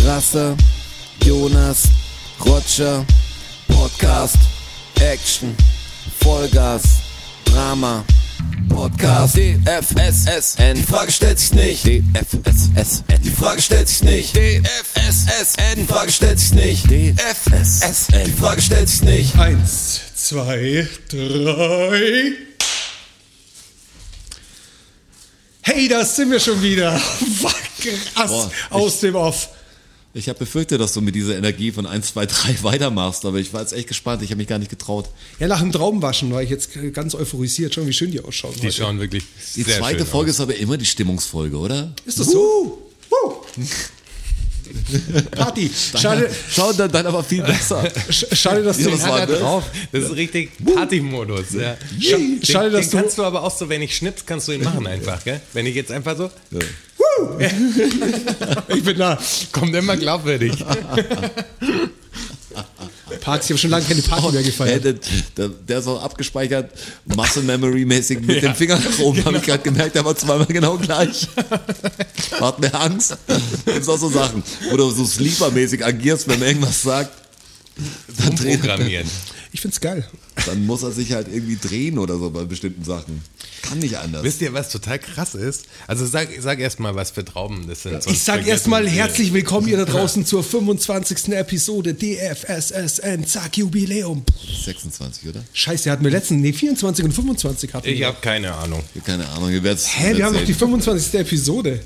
Rasse, Jonas, Roger, Podcast, Action, Vollgas, Drama, Podcast, DFSSN, die Frage stellt sich nicht, DFSSN, die Frage stellt sich nicht, DFSSN, die Frage stellt sich nicht, DFSSN, die Frage stellt sich nicht. 1, 2, 3. Hey, da sind wir schon wieder. Krass. Boah, aus dem Off. Ich habe befürchtet, dass du mit dieser Energie von 1, 2, 3 weitermachst, aber ich war jetzt echt gespannt, ich habe mich gar nicht getraut. Ja, nach dem Traumwaschen war ich jetzt ganz euphorisiert. Schon, wie schön die ausschauen. Die heute. schauen wirklich Die sehr zweite schön Folge aus. ist aber immer die Stimmungsfolge, oder? Ist das so? Party. Schade, Schau, dann aber viel besser. schade, dass du... Ja, was war Da das? drauf. Das ist richtig Partymodus. Ja. Schade, dass den du... kannst du aber auch so, wenn ich schnips, kannst du ihn machen einfach, gell? Wenn ich jetzt einfach so, Ich bin da. kommt immer glaubwürdig. Party, ich habe schon lange keine Party mehr gefeiert. Der ist auch abgespeichert, Muscle Memory mäßig mit dem Finger nach oben, habe ich gerade gemerkt, der war zweimal genau gleich. Hat mir Angst. Das sind auch so Sachen, wo du so Sleeper-mäßig agierst, wenn man irgendwas sagt. Programmieren. Ich find's geil. Dann muss er sich halt irgendwie drehen oder so bei bestimmten Sachen. Kann nicht anders. Wisst ihr, was total krass ist? Also sag erst mal, was für Trauben das sind. Ich sag erstmal herzlich willkommen ihr da draußen zur 25. Episode DFSSN. Zack, Jubiläum. 26, oder? Scheiße, hatten wir 24 und 25 hatten Ich wir. habe keine Ahnung. Keine Ahnung. Wir Wir haben doch die 25. Episode.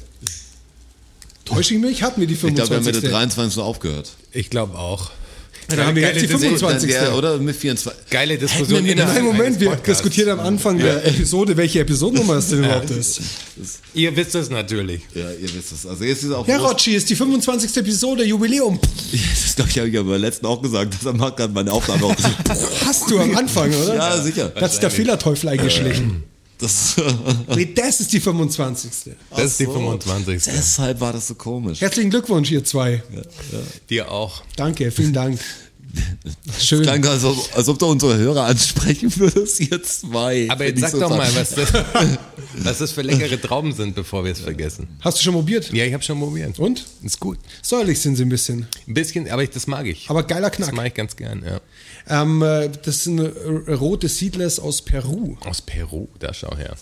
Täusche ich mich? Hatten wir die Ich glaube, 25. wir haben mit der 23. aufgehört. Ich glaube auch. Ja, dann haben wir jetzt die 25. Oder mit 24. Geile Diskussion. Nein, Moment, wir Podcasts. diskutieren am Anfang der Episode, welche Episodennummer es denn überhaupt ist. Ihr wisst es natürlich. Ja, ihr wisst es. Also jetzt ist auch Ja, Rotschi, ist die 25. Episode, Jubiläum. Das glaube ich, habe ich aber beim letzten auch gesagt. Das macht gerade meine Aufnahme auch. Hast du am Anfang, oder? Ja, sicher. Da hat sich der Fehlerteufel eingeschlichen. Das, Nee, das ist die 25. Das ist die 25. deshalb war das so komisch. Herzlichen Glückwunsch, ihr zwei. Dir auch. Danke, vielen Dank. Schön. Klang, als ob du unsere Hörer ansprechen würdest, ihr zwei. Aber jetzt sag doch mal, was das für leckere Trauben sind, bevor wir es vergessen. Hast du schon probiert? Ja, ich habe schon probiert. Und? Ist gut. Säuerlich sind sie ein bisschen. Ein bisschen, aber das mag ich. Aber geiler Das Knack. mag ich ganz gern, ja. Das sind rote Seedless aus Peru. Aus Peru, da schau her.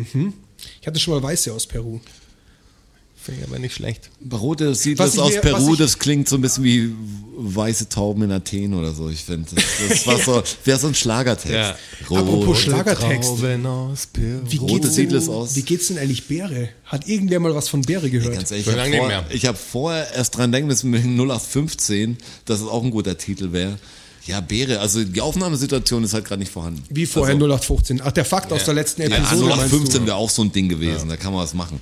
Ich hatte schon mal weiße aus Peru. Finde ich aber nicht schlecht. Rote sieht Was das ich aus mir- Peru, was ich- das klingt so ein bisschen wie weiße Tauben in Athen oder so. Ich finde, das war so, wäre so ein Schlagertext. Ja. Apropos Schlagertext. Trauben aus Peru. Wie Rote geht's, Seedless denn, aus. wie geht's denn eigentlich Beere? Hat irgendwer mal was von Beere gehört? Ganz ehrlich, Schon lange nicht mehr. ich habe vorher erst dran denken müssen mit 0815, dass es auch ein guter Titel wäre. Ja, Beere, also die Aufnahmesituation ist halt gerade nicht vorhanden. Wie vorher also, 0815. Ach, der Fakt aus der letzten Ja, Episode. meinst 0815 du? wäre auch so ein Ding gewesen, da kann man was machen.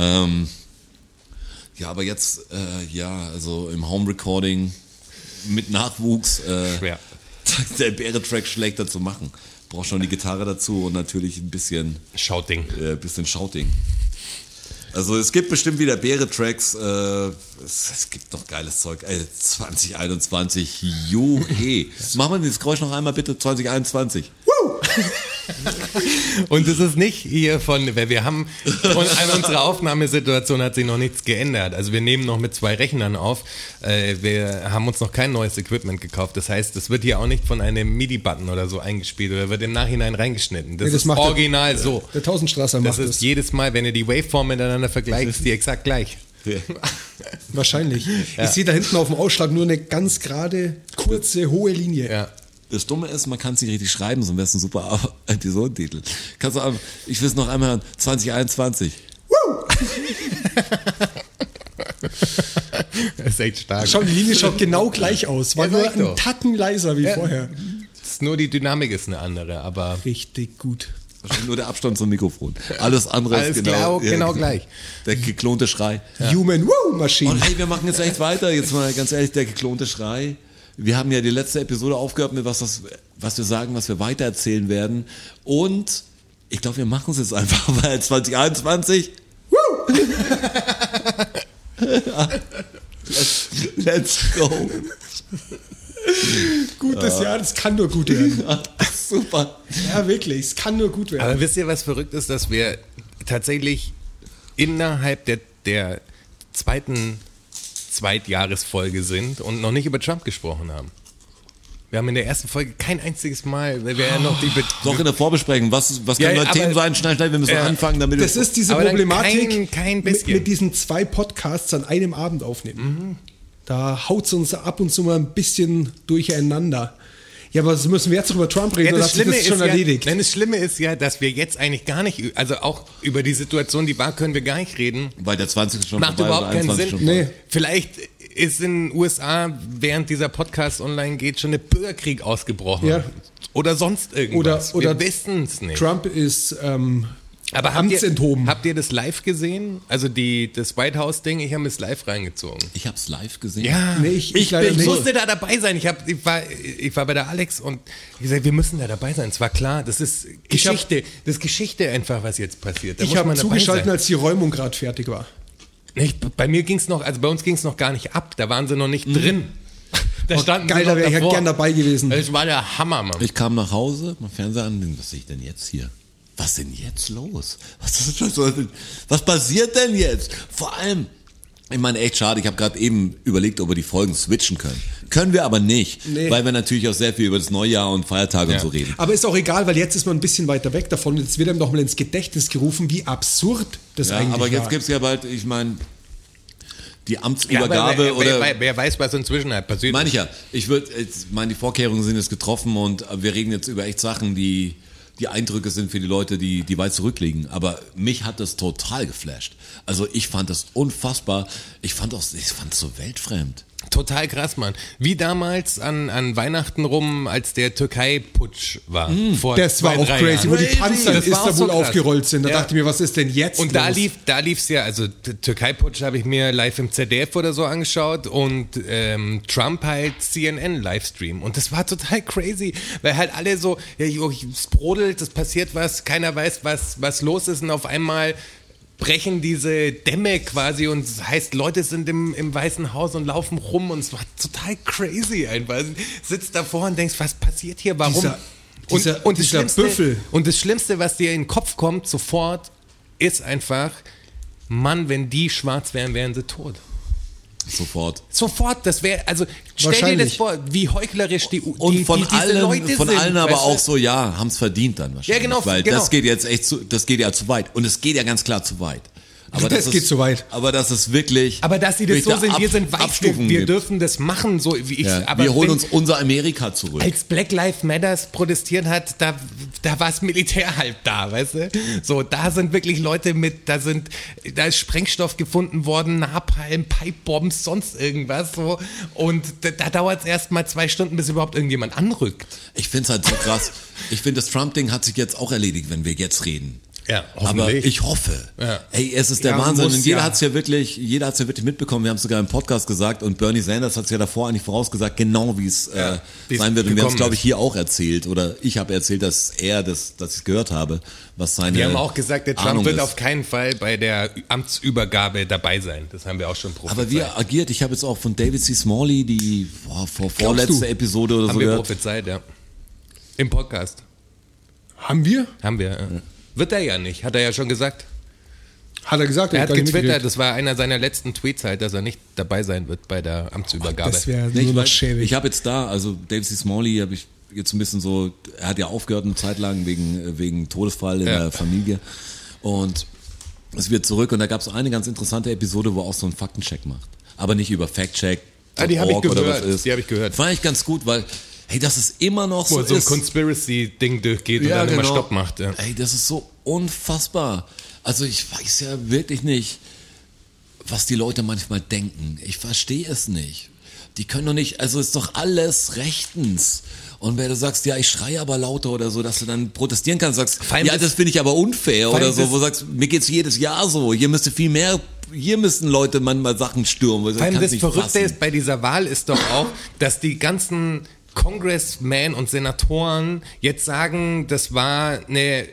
Ja, aber jetzt, also im Home-Recording mit Nachwuchs, Schwer. der Beere-Track schlechter zu machen. Braucht schon die Gitarre dazu und natürlich ein bisschen Shouting. Shouting. Also es gibt bestimmt wieder Beere-Tracks, es gibt noch geiles Zeug. 2021, juhe. Machen wir das Geräusch noch einmal bitte, 2021. Und es ist nicht hier weil wir haben, und an unserer Aufnahmesituation hat sich noch nichts geändert. Also wir nehmen noch mit 2 Rechnern auf. Wir haben uns noch kein neues Equipment gekauft. Das heißt, es wird hier auch nicht von einem MIDI-Button oder so eingespielt oder wird im Nachhinein reingeschnitten. Das Nee, das ist macht der- original so. Der Tausendstrasser Das macht ist das. jedes Mal, wenn ihr die Waveform miteinander vergleicht, ist die exakt gleich. Wahrscheinlich. Ich sehe da hinten auf dem Ausschlag nur eine ganz gerade, kurze, hohe Linie. Ja. Das Dumme ist, man kann es nicht richtig schreiben, sonst wäre es ein super Episodentitel. Kannst du einfach, ich will es noch einmal hören, 2021. Das ist echt stark. Schau, die Linie schaut genau gleich aus. War Ja, nur sag ich ein doch. Tacken leiser wie vorher. Das ist nur die Dynamik ist eine andere, aber Richtig gut. Wahrscheinlich nur der Abstand zum Mikrofon. Alles andere alles ist genau gleich. Der geklonte Schrei. Human Woo Machine. Und hey, wir machen jetzt echt weiter. Jetzt mal ganz ehrlich, der geklonte Schrei. Wir haben ja die letzte Episode aufgehört mit was wir sagen, was wir weitererzählen werden. Und ich glaube, wir machen es jetzt einfach, weil 2021. Let's go. Gutes Jahr, das kann nur gut werden. Super. Ja, wirklich, es kann nur gut werden. Aber wisst ihr, was verrückt ist, dass wir tatsächlich innerhalb der zweiten Zweitjahresfolge sind und noch nicht über Trump gesprochen haben. Wir haben in der ersten Folge kein einziges Mal, weil wir ja noch die... Doch in der Vorbesprechung, was können da Themen sein? Schnell, wir müssen anfangen, damit Das ist diese aber dann Problematik kein bisschen. mit diesen 2 Podcasts an einem Abend aufnehmen. Da haut es uns ab und zu mal ein bisschen durcheinander. Ja, aber müssen wir jetzt noch über Trump reden, oder hat sich das schon erledigt? Das Schlimme ist ja, dass wir jetzt eigentlich gar nicht, also auch über die Situation, die war, können wir gar nicht reden. Weil der 20. schon Macht vorbei ist, überhaupt keinen 21 Sinn. schon vorbei. Nee. Vielleicht ist in den USA, während dieser Podcast online geht, schon ein Bürgerkrieg ausgebrochen. Ja. Oder sonst irgendwas. Oder wir wissen es nicht. Trump ist Aber amtsenthoben. habt ihr das live gesehen? Also das White House-Ding, ich habe es live reingezogen. Ich hab's live gesehen. Ja, Nee, ich leider ich nicht. musste da dabei sein. Ich war bei der Alex und ich gesagt, wir müssen da dabei sein. Es war klar, das ist Geschichte. Das ist Geschichte einfach, was jetzt passiert. Da Ich muss habe man dabei zugeschaltet, sein. als die Räumung gerade fertig war. Nicht, bei mir ging's noch, also bei uns ging es noch gar nicht ab. Da waren sie noch nicht drin. Da standen Geil, sie da noch wäre ich ja davor. gern dabei gewesen. Das war der Hammer, Mann. Ich kam nach Hause, mein Fernseher an, was sehe ich denn jetzt hier? Was denn jetzt los? Was passiert denn jetzt? Vor allem, ich meine, echt schade, ich habe gerade eben überlegt, ob wir die Folgen switchen können. Können wir aber nicht, Nee. weil wir natürlich auch sehr viel über das Neujahr und Feiertage und so reden. Aber ist auch egal, weil jetzt ist man ein bisschen weiter weg davon. Jetzt wird einem doch mal ins Gedächtnis gerufen, wie absurd das Ja, eigentlich aber jetzt war. gibt's ja bald, ich meine, die Ja, aber Amtsübergabe oder... wer weiß, was inzwischen halt passiert. Meine ich ja. Ich meine, die Vorkehrungen sind jetzt getroffen und wir reden jetzt über echt Sachen, die Eindrücke sind für die Leute, die weit zurückliegen. Aber mich hat das total geflasht. Also ich fand das unfassbar. Ich fand es so weltfremd. Total krass, Mann. Wie damals an Weihnachten rum, als der Türkei-Putsch war. Vor Das war 2-3 auch crazy, Jahren. wo die Panzer Das in war auch Istanbul so krass. aufgerollt sind. Da Ja. dachte ich mir, was ist denn jetzt Und da los? lief's ja, also Türkei-Putsch habe ich mir live im ZDF oder so angeschaut und Trump halt CNN-Livestream. Und das war total crazy, weil halt alle so, ja, es brodelt, es passiert was, keiner weiß, was los ist und auf einmal brechen diese Dämme quasi und das heißt, Leute sind im Weißen Haus und laufen rum und es war total crazy einfach. Du sitzt davor und denkst, was passiert hier, warum? Dieser Büffel. Und das Schlimmste, was dir in den Kopf kommt, sofort, ist einfach, Mann, wenn die schwarz wären, wären sie tot. Sofort. Sofort, das wäre, also stell dir das Wahrscheinlich. vor, wie heuchlerisch Und diese von Leute von sind. allen aber weißt du? auch so, ja, haben es verdient dann wahrscheinlich. Ja, genau, Weil genau. das geht jetzt echt das geht ja zu weit. Und es geht ja ganz klar zu weit. Aber Das geht zu weit. Aber das ist wirklich... Aber dass sie das so wirklich sind, wir sind weit, Abstufungen wir gibt. dürfen das machen, so wie ich. Ja, Aber wir holen wenn- uns unser Amerika zurück. Als Black Lives Matters protestiert hat, da war das Militär halt da, weißt du? So, da sind wirklich Leute da ist Sprengstoff gefunden worden, Napalm, Pipebombs, sonst irgendwas, so. Und da dauert es erst mal 2 Stunden, bis überhaupt irgendjemand anrückt. Ich finde es halt so krass. Ich finde, das Trump-Ding hat sich jetzt auch erledigt, wenn wir jetzt reden. Ja, Aber ich hoffe. Ja. Ey, es ist der Ja, Wahnsinn. muss Und jeder ja. hat's ja wirklich mitbekommen. Wir haben es sogar im Podcast gesagt und Bernie Sanders hat es ja davor eigentlich vorausgesagt, genau wie es wie es sein wird. Und wir haben es, gekommen glaube ich, ist. hier auch erzählt. Oder ich habe erzählt, dass dass ich es gehört habe, was seine Wir haben auch gesagt, der Trump Ahnung wird ist. auf keinen Fall bei der Amtsübergabe dabei sein. Das haben wir auch schon prophezeit. Aber wie er agiert, ich habe jetzt auch von David C. Smalley die vorletzte Episode oder haben so wir gehört. prophezeit, ja. Im Podcast. Haben wir? Haben wir, ja. Wird er ja nicht, hat er ja schon gesagt. Hat er gesagt. Er hab hat ich gar nicht getwittert, mitgekriegt. das war einer seiner letzten Tweets halt, dass er nicht dabei sein wird bei der Amtsübergabe. Das wäre Nee, nur noch schäbig. ich habe jetzt also David C. Smalley habe ich jetzt ein bisschen so, er hat ja aufgehört eine Zeit lang wegen Todesfall in der Familie und es wird zurück und da gab es eine ganz interessante Episode, wo er auch so einen Faktencheck macht. Aber nicht über Factcheck. Die habe ich oder was gehört, ist. die habe ich gehört. Fand ich ganz gut, weil, hey, das ist immer noch Wo so er so ein ist. Conspiracy-Ding durchgeht und Ja, dann immer genau. Stopp macht. Ja. Ey, das ist so unfassbar. Also ich weiß ja wirklich nicht, was die Leute manchmal denken. Ich verstehe es nicht. Die können doch nicht, also ist doch alles rechtens. Und wenn du sagst, ja, ich schreie aber lauter oder so, dass du dann protestieren kannst, sagst, Vor allem ja, das finde ich aber unfair vor allem oder so, das- wo du sagst, mir geht's jedes Jahr so, hier müssen Leute manchmal Sachen stürmen. Wo ich Vor allem kann's das nicht Verrückte fassen. ist bei dieser Wahl ist doch auch, dass die ganzen Congressmen und Senatoren jetzt sagen, das war eine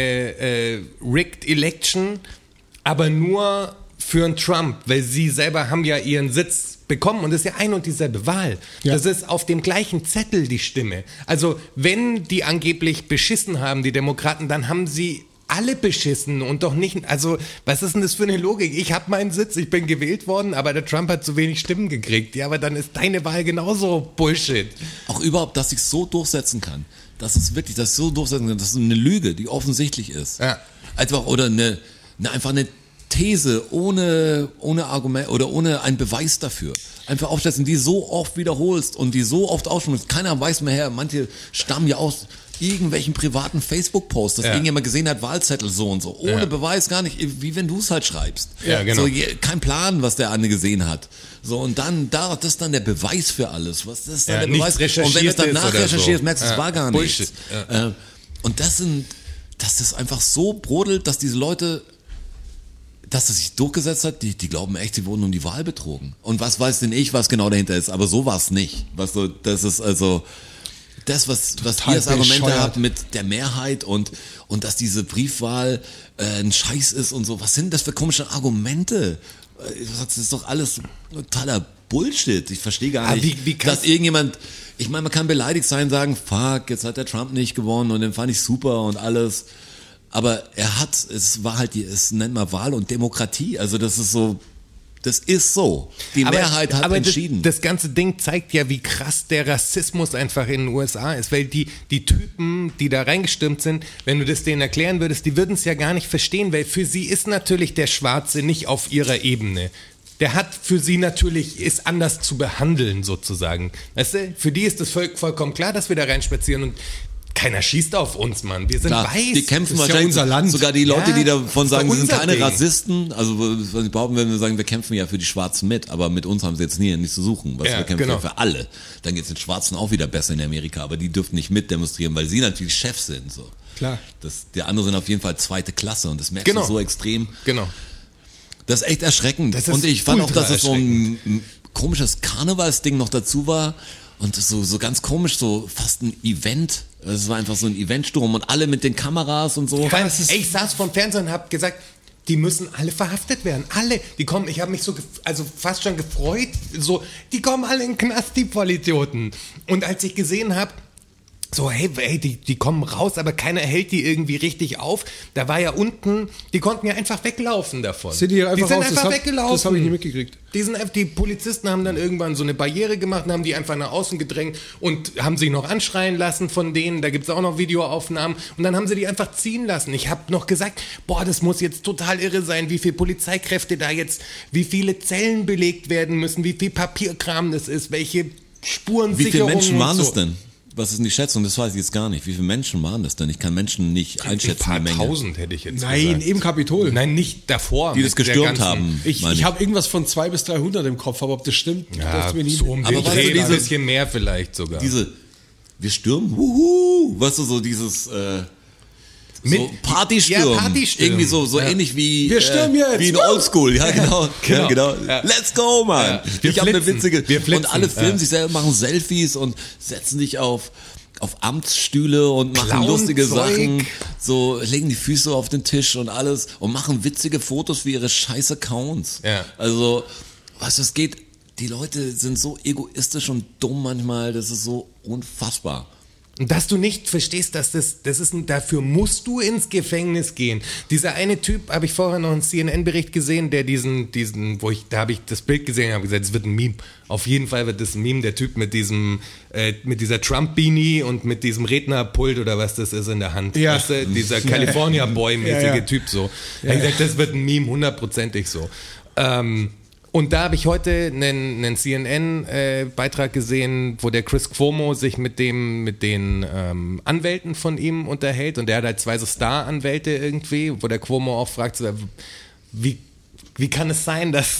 rigged Election, aber nur für einen Trump, weil sie selber haben ja ihren Sitz bekommen und das ist ja ein und dieselbe Wahl. Ja. Das ist auf dem gleichen Zettel die Stimme. Also wenn die angeblich beschissen haben, die Demokraten, dann haben sie alle beschissen und doch nicht, also was ist denn das für eine Logik? Ich habe meinen Sitz, ich bin gewählt worden, aber der Trump hat zu wenig Stimmen gekriegt. Ja, aber dann ist deine Wahl genauso Bullshit. Auch überhaupt, dass ich so durchsetzen kann. Das ist so durchsetzen kann, das ist eine Lüge, die offensichtlich ist. Ja. Einfach, oder einfach eine These ohne Argument oder ohne einen Beweis dafür. Einfach aufsetzen, die so oft wiederholst und die so oft aussprichst. Keiner weiß mehr her, manche stammen ja aus irgendwelchen privaten Facebook-Posts, dass irgendjemand gesehen hat, Wahlzettel so und so. Ohne Beweis gar nicht, wie wenn du es halt schreibst. Ja, genau. So, kein Plan, was der andere gesehen hat. So, und dann, das ist dann der Beweis für alles. Was ist dann der Beweis? Und wenn du es dann nachrecherchierst, merkst du, es war gar nichts. Ja. Und dass das einfach so brodelt, dass diese Leute, dass es sich durchgesetzt hat, die glauben echt, sie wurden um die Wahl betrogen. Und was weiß denn ich, was genau dahinter ist? Aber so war es nicht. Das ist also das, was ihr als Argumente habt mit der Mehrheit und dass diese Briefwahl ein Scheiß ist und so. Was sind das für komische Argumente? Das ist doch alles totaler Bullshit. Ich verstehe gar nicht, dass irgendjemand, ich meine, man kann beleidigt sein, sagen, fuck, jetzt hat der Trump nicht gewonnen und den fand ich super und alles. Aber es nennt man Wahl und Demokratie. Also das ist so. Die Mehrheit hat entschieden. Das ganze Ding zeigt ja, wie krass der Rassismus einfach in den USA ist, weil die Typen, die da reingestimmt sind, wenn du das denen erklären würdest, die würden es ja gar nicht verstehen, weil für sie ist natürlich der Schwarze nicht auf ihrer Ebene. Der hat für sie natürlich, ist anders zu behandeln sozusagen. Weißt du, für die ist das vollkommen klar, dass wir da reinspazieren und keiner schießt auf uns, Mann. Wir sind weiß. Die kämpfen wahrscheinlich, ja unser Land. Sogar die Leute, die davon sagen, sie sind keine Ding. Rassisten. Also, was sie behaupten, wenn wir sagen, wir kämpfen ja für die Schwarzen mit, aber mit uns haben sie jetzt nichts zu suchen. Wir kämpfen ja für alle. Dann geht es den Schwarzen auch wieder besser in Amerika, aber die dürfen nicht mitdemonstrieren, weil sie natürlich Chefs sind. So. Klar. Die anderen sind auf jeden Fall zweite Klasse und das merkst du so extrem. Genau. Das ist echt erschreckend. Und ich fand auch, dass es so ein komisches Karnevalsding noch dazu war. Und so ganz komisch, so fast ein Event. Es war einfach so ein Eventsturm und alle mit den Kameras und so. Ich saß vorm Fernseher und habe gesagt, die müssen alle verhaftet werden. Alle. Die kommen, ich habe mich fast schon gefreut. So, die kommen alle in den Knast, die Vollidioten. Und als ich gesehen habe, so, hey, die kommen raus, aber keiner hält die irgendwie richtig auf. Da war ja unten, die konnten ja einfach weglaufen davon. Sind die einfach weggelaufen. Das habe ich nicht mitgekriegt. Die Polizisten haben dann irgendwann so eine Barriere gemacht und haben die einfach nach außen gedrängt und haben sich noch anschreien lassen von denen. Da gibt es auch noch Videoaufnahmen. Und dann haben sie die einfach ziehen lassen. Ich habe noch gesagt, das muss jetzt total irre sein, wie viele Polizeikräfte da jetzt, wie viele Zellen belegt werden müssen, wie viel Papierkram das ist, welche Spurensicherung. Wie viele Menschen waren es denn? Was ist denn die Schätzung? Das weiß ich jetzt gar nicht. Wie viele Menschen waren das denn? Ich kann Menschen nicht einschätzen. Ein paar tausend hätte ich jetzt gesagt. Nein, im Kapitol. Nein, nicht davor. Die das gestürmt haben. Ich habe irgendwas von 200 bis 300 im Kopf, aber ob das stimmt, ja, mir nie. So um den Dreh, ein bisschen mehr vielleicht sogar. Wir stürmen, weißt du, so dieses so Partystürmen. Ja, Partystürmen. Irgendwie so ähnlich wie wir stürmen jetzt. Wie in Oldschool. Ja, genau. Ja, genau. Ja. Let's go, man. Ja. Ich habe eine witzige und alle filmen sich selber, machen Selfies und setzen sich auf Amtsstühle und machen lustige Sachen, so legen die Füße auf den Tisch und alles und machen witzige Fotos für ihre scheiß Accounts. Ja. Also, es geht, die Leute sind so egoistisch und dumm manchmal, das ist so unfassbar. Und dass du nicht verstehst, dass das ist, dafür musst du ins Gefängnis gehen. Dieser eine Typ, habe ich vorher noch einen CNN-Bericht gesehen, der da habe ich das Bild gesehen und habe gesagt, es wird ein Meme. Auf jeden Fall wird das ein Meme, der Typ mit dieser Trump-Beanie und mit diesem Rednerpult oder was das ist in der Hand. Ja. Weißt du, dieser California-Boy-mäßige Typ so. Ja. Ich gesagt, das wird ein Meme, 100%ig so. Und da habe ich heute einen CNN-Beitrag gesehen, wo der Chris Cuomo sich mit den Anwälten von ihm unterhält. Und der hat halt 2 so Star-Anwälte irgendwie, wo der Cuomo auch fragt, wie kann es sein, dass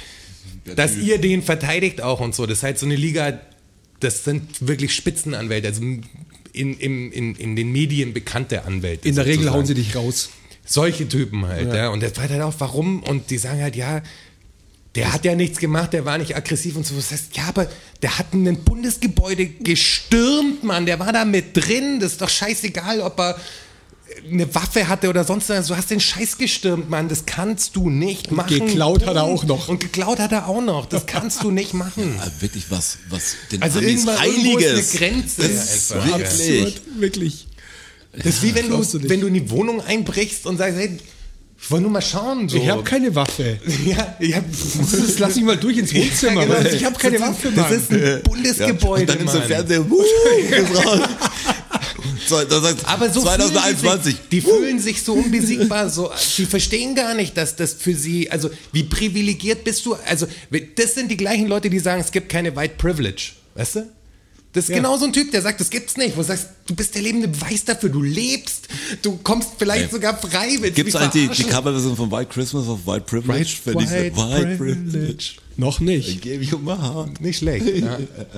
ihr den verteidigt auch und so. Das ist halt so eine Liga, das sind wirklich Spitzenanwälte, also in den Medien bekannte Anwälte. In der Regel hauen sie dich raus. Solche Typen halt, ja. Und der fragt halt auch, warum? Und die sagen halt, ja, der hat ja nichts gemacht, der war nicht aggressiv und so. Das heißt, ja, aber der hat ein Bundesgebäude gestürmt, Mann. Der war da mit drin. Das ist doch scheißegal, ob er eine Waffe hatte oder sonst was. Du hast den Scheiß gestürmt, Mann. Das kannst du nicht machen. Geklaut hat er auch noch. Und geklaut hat er auch noch. Das kannst du nicht machen. Ja, wirklich was den also Amis Heiliges. Ist eine Grenze. Das ist absurd, wirklich. Das ist wie wenn du in die Wohnung einbrichst und sagst, hey, ich wollte nur mal schauen. So. Ich habe keine Waffe. Das lass ich mal durch ins Wohnzimmer. Ja, genau. Ich habe keine Waffe, Mann. Das ist ein Bundesgebäude, Und dann nimmst du Mann. Fernseher, ist raus. So, da sagst, Aber so 2021. Die fühlen sich so unbesiegbar, so, die verstehen gar nicht, dass das für sie, also wie privilegiert bist du, also das sind die gleichen Leute, die sagen, es gibt keine White Privilege, weißt du? Das ist genau so ein Typ, der sagt, das gibt's nicht, wo du sagst, du bist der lebende Beweis dafür, du lebst, du kommst vielleicht sogar frei. Gibt es eigentlich die Coverversion von White Christmas auf White Privilege? White Privilege. Noch nicht. Gebe ich um my heart. Nicht schlecht. Ja.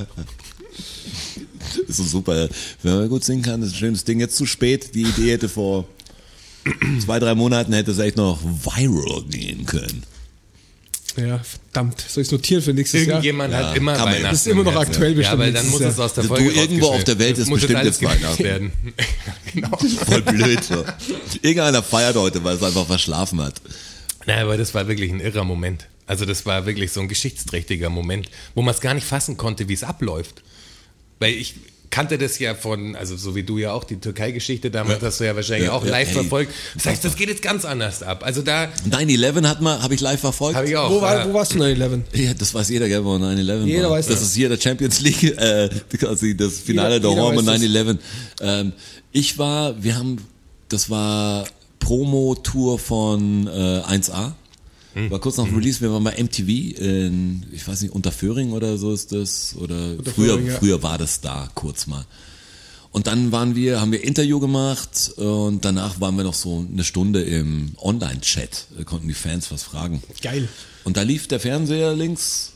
Das ist so super. Wenn man gut singen kann, das ist ein schönes Ding. Jetzt zu spät. Die Idee hätte vor 2-3 Monaten hätte es echt noch viral gehen können. Ja, verdammt. Soll ich es notieren für nächstes Jahr? Irgendjemand hat immer kann man. Weihnachten. Das ist immer noch aktuell bestimmt. Ja, aber dann muss es aus der Du, Folge irgendwo auf der Welt Das ist muss bestimmt alles jetzt Weihnachten. werden. Genau. Voll blöd. So. Irgendeiner feiert heute, weil es einfach verschlafen hat. Naja, aber das war wirklich ein irrer Moment. Also das war wirklich so ein geschichtsträchtiger Moment, wo man es gar nicht fassen konnte, wie es abläuft. Weil ich kannte das ja von, also so wie du ja auch, die Türkei-Geschichte damals hast du ja wahrscheinlich auch live verfolgt. Das heißt, das geht jetzt ganz anders ab. Also da... 9/11 habe ich live verfolgt. Habe ich auch. Wo warst du 9/11? Ja, das weiß jeder, gell, wo 9/11 Jeder war. weiß das das. ist hier der Champions League, quasi das Finale der Jeder Horror mit weiß 9/11. Das war Promo-Tour von 1A. War kurz nach Release, wir waren bei MTV in, ich weiß nicht, Unterföhring oder so ist das, oder früher war das da, kurz mal. Und dann haben wir Interview gemacht und danach waren wir noch so eine Stunde im Online-Chat, da konnten die Fans was fragen. Geil. Und da lief der Fernseher links.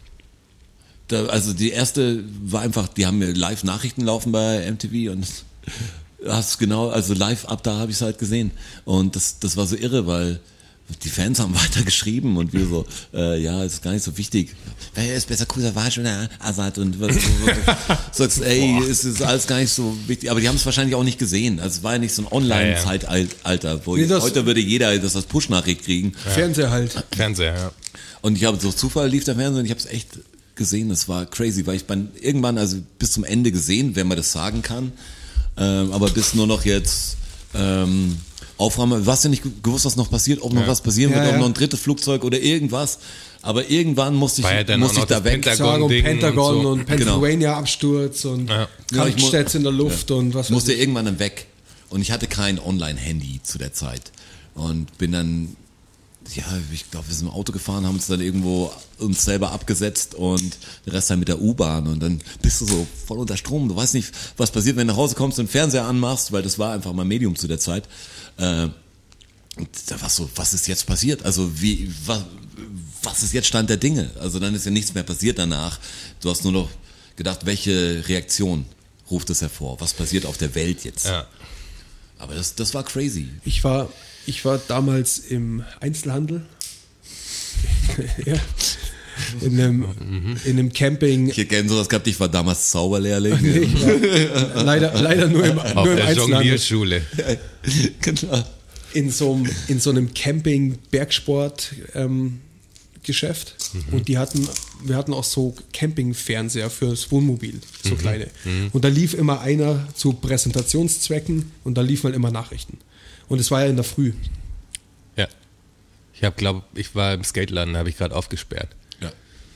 Also die erste war einfach, die haben mir live Nachrichten laufen bei MTV und hast genau, also live ab da habe ich es halt gesehen. Und das war so irre, weil die Fans haben weiter geschrieben und wir so, ja, ist gar nicht so wichtig. Wer ist besser Kusavage oder Azad und was sagst, ey, es ist alles gar nicht so wichtig. Aber die haben es wahrscheinlich auch nicht gesehen. Also es war ja nicht so ein Online-Zeitalter, wo heute würde jeder das als Push-Nachricht kriegen. Ja. Fernseher halt. Fernseher, ja. Und ich habe so Zufall lief der Fernseher und ich habe es echt gesehen. Das war crazy, weil ich irgendwann, also bis zum Ende gesehen, wenn man das sagen kann, aber bis nur noch jetzt Aufräumen, du hast ja nicht gewusst, was noch passiert, ob noch was passieren wird, ob noch ein drittes Flugzeug oder irgendwas. Aber irgendwann musste ich da weg. Pentagon und Pennsylvania-Absturz und Kaltstädte in der Luft und was. Ich musste irgendwann dann weg. Und ich hatte kein Online-Handy zu der Zeit. Und bin dann, ja, ich glaube, wir sind im Auto gefahren, haben uns dann irgendwo uns selber abgesetzt und der Rest dann mit der U-Bahn. Und dann bist du so voll unter Strom. Du weißt nicht, was passiert, wenn du nach Hause kommst und den Fernseher anmachst, weil das war einfach mein Medium zu der Zeit. Und da war so, was ist jetzt passiert? Also was ist jetzt Stand der Dinge? Also dann ist ja nichts mehr passiert danach. Du hast nur noch gedacht, welche Reaktion ruft es hervor? Was passiert auf der Welt jetzt? Ja. Aber das war crazy. Ich war damals im Einzelhandel. Ja. In einem Camping. Ich hätte gerne sowas gehabt, ich war damals Zauberlehrling. Leider nur im Auf der Einzelhandel. Jonglierschule. Genau. In so einem Camping-Bergsport Geschäft und wir hatten auch so Campingfernseher fürs Wohnmobil, so kleine. Und da lief immer einer zu Präsentationszwecken und da liefen halt immer Nachrichten. Und es war ja in der Früh. Ja. Ich war im Skateladen, habe ich gerade aufgesperrt. Ja.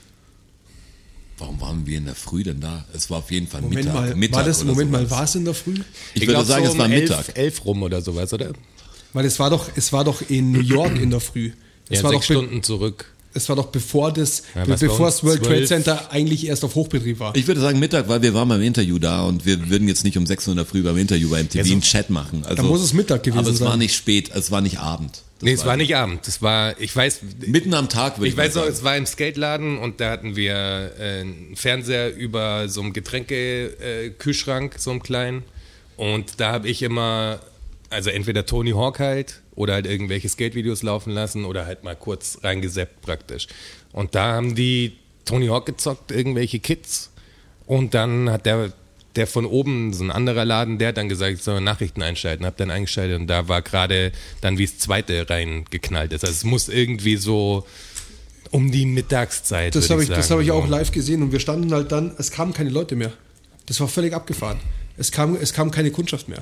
Warum waren wir in der Früh denn da? Es war auf jeden Fall Mittag. War es in der Früh? Ich würde sagen, so es war Mittag. 11 rum oder sowas, oder? Weil es war doch in New York in der Früh. Es war 6 Stunden zurück. Es war doch bevor das World Trade Center eigentlich erst auf Hochbetrieb war. Ich würde sagen Mittag, weil wir waren beim Interview da und wir würden jetzt nicht um 6 Uhr in der Früh beim Interview bei MTV einen Chat machen. Also, da muss es Mittag gewesen sein. Aber es war nicht spät, es war nicht Abend. Es war nicht Abend. Das war, ich weiß... Mitten am Tag, würde ich weiß noch, sagen. es war im Skateladen und da hatten wir einen Fernseher über so einem Getränkekühlschrank, so einem kleinen. Und da habe ich immer, also entweder Tony Hawk halt oder halt irgendwelche Skate-Videos laufen lassen oder halt mal kurz reingesappt praktisch. Und da haben die Tony Hawk gezockt, irgendwelche Kids. Und dann hat der von oben, so ein anderer Laden, der hat dann gesagt, ich soll Nachrichten einschalten, hab dann eingeschaltet und da war gerade dann, wie es zweite reingeknallt ist. Also es muss irgendwie so um die Mittagszeit, das habe ich auch so. live gesehen und wir standen halt dann, es kamen keine Leute mehr. Das war völlig abgefahren. Es kam keine Kundschaft mehr.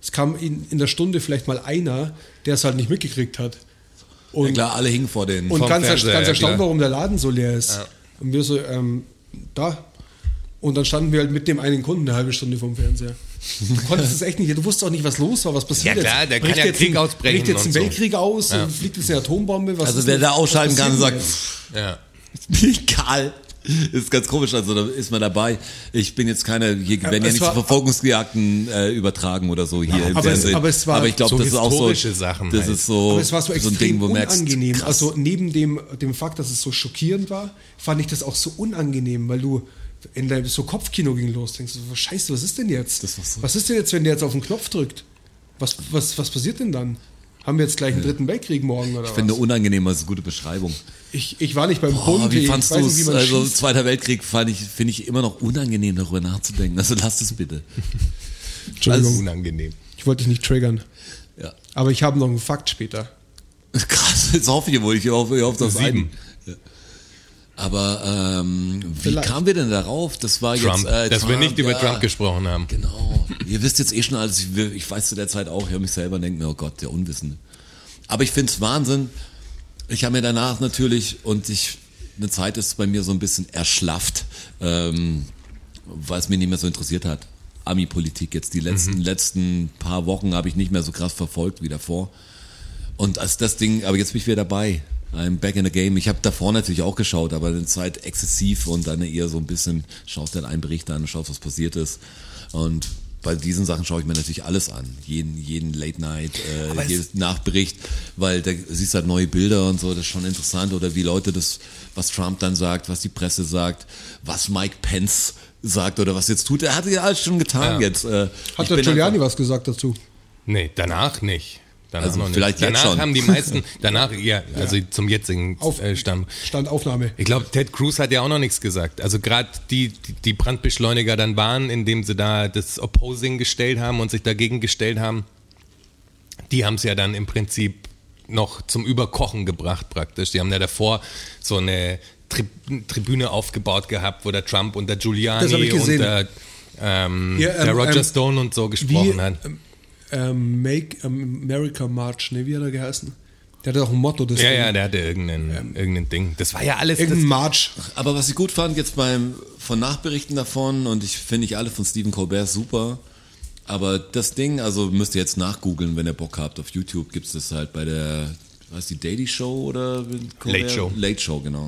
Es kam in der Stunde vielleicht mal einer, der es halt nicht mitgekriegt hat. Und, Ja klar, alle hingen vor den... und vom ganz Fernseher, erstaunt, klar. warum der Laden so leer ist. Ja. Und wir so, da. Und dann standen wir halt mit dem einen Kunden eine halbe Stunde vorm Fernseher. Du konntest es echt nicht, du wusstest auch nicht, was los war, was passiert Ja, klar, jetzt. der kann ja Krieg ausbrechen Bricht jetzt ein und so. Weltkrieg aus, fliegt jetzt eine Atombombe, was Also ist wer denn- da ausschalten was kann und passiert sagt, denn Ja. egal. Ist ganz komisch, also da ist man dabei. Ich bin jetzt keine, hier werden ja es nicht war- so Verfolgungsjagden übertragen oder so hier im aber es- Fernsehen. aber es war ich glaube, so das ist auch so, historische Sachen das halt. ist so, Aber es war so ein extrem Ding, wo du merkst, unangenehm. krass. Also neben dem Fakt, dass es so schockierend war, fand ich das auch so unangenehm, weil du in deinem so Kopfkino ging los, denkst du, scheiße, was ist denn jetzt? Das war so- Was ist denn jetzt, wenn der jetzt auf den Knopf drückt? Was passiert denn dann? Haben wir jetzt gleich einen dritten Weltkrieg morgen oder Ich finde was? unangenehm, das ist eine gute Beschreibung. Ich war nicht beim Boah, Bund, wie ich fandst weiß du nicht, wie es? man Also schießt. Zweiter Weltkrieg finde ich immer noch unangenehm, darüber nachzudenken. Also lasst es bitte. Entschuldigung, Also- Unangenehm. ich wollte dich nicht triggern. Ja. Aber ich habe noch einen Fakt später. Krass, jetzt hoffe ich wohl. Ich hoffe auf das 7. einen. Ja. Aber wie Vielleicht. kamen wir denn darauf? Das war Trump. jetzt Dass wir nicht über ja. Trump gesprochen haben. Genau. Ihr wisst jetzt eh schon alles. Ich weiß zu der Zeit auch. Ich höre mich selber und denke mir, oh Gott, der Unwissende. Aber ich finde es Wahnsinn. Ich habe mir danach natürlich, eine Zeit ist bei mir so ein bisschen erschlafft, weil es mich nicht mehr so interessiert hat. Ami-Politik jetzt. Die letzten paar Wochen habe ich nicht mehr so krass verfolgt wie davor. Und als das Ding, aber jetzt bin ich wieder dabei. I'm back in the game. Ich habe davor natürlich auch geschaut, aber eine Zeit exzessiv und dann eher so ein bisschen, schaust dann einen Bericht an, schaust, was passiert ist. Und bei diesen Sachen schaue ich mir natürlich alles an. Jeden Late Night, jedes Nachbericht, weil da siehst du halt neue Bilder und so, das ist schon interessant. Oder wie Leute das, was Trump dann sagt, was die Presse sagt, was Mike Pence sagt oder was jetzt tut. Er hat ja alles schon getan Ja. jetzt. Hat Ich der bin Giuliani einfach- was gesagt dazu? Nee, danach nicht. Danach Also noch nicht. vielleicht jetzt danach schon. haben die meisten, also zum jetzigen Stand. Standaufnahme. Ich glaube, Ted Cruz hat ja auch noch nichts gesagt. Also gerade die Brandbeschleuniger dann waren, indem sie da das Opposing gestellt haben und sich dagegen gestellt haben, die haben es ja dann im Prinzip noch zum Überkochen gebracht praktisch. Die haben ja davor so eine Tribüne aufgebaut gehabt, wo der Trump und der Das hab Giuliani ich und gesehen. der Roger Stone und so gesprochen hat. Make America March, ne, wie hat er geheißen? Der hatte auch ein Motto. Das Ja, der hatte irgendein Ding. Das war ja alles... Irgendein March. Aber was ich gut fand jetzt von Nachberichten davon, und ich finde nicht alle von Stephen Colbert super, aber das Ding, also müsst ihr jetzt nachgoogeln, wenn ihr Bock habt, auf YouTube gibt es das halt bei der, was die Daily Show oder Late Show. Late Show, genau.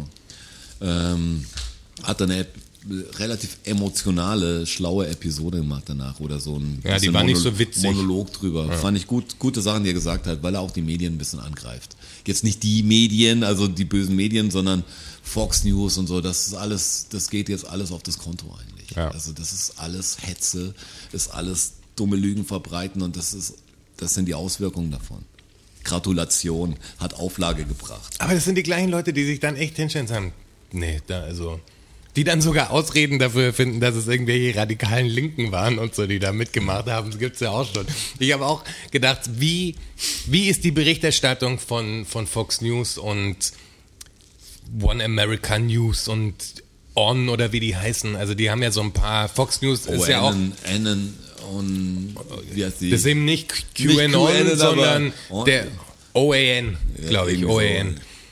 Hat dann eine relativ emotionale, schlaue Episode gemacht danach oder so ein Ja, die bisschen war nicht so witzig. Monolog drüber. Ja. Fand ich gute Sachen, die er gesagt hat, weil er auch die Medien ein bisschen angreift. Jetzt nicht die Medien, also die bösen Medien, sondern Fox News und so, das ist alles, das geht jetzt alles auf das Konto eigentlich. Ja. Also das ist alles Hetze, ist alles dumme Lügen verbreiten und das sind die Auswirkungen davon. Gratulation, hat Auflage gebracht. Aber das sind die gleichen Leute, die sich dann echt hinstellen und sagen, nee, die dann sogar Ausreden dafür finden, dass es irgendwelche radikalen Linken waren und so, die da mitgemacht haben. Das gibt's ja auch schon. Ich habe auch gedacht, wie ist die Berichterstattung von Fox News und One America News und On oder wie die heißen. Also die haben ja so ein paar, Fox News ist ja auch, und wie heißt die? das ist eben nicht Nicht QAnon, QAnon, sondern aber der OAN, glaube ich, irgendwie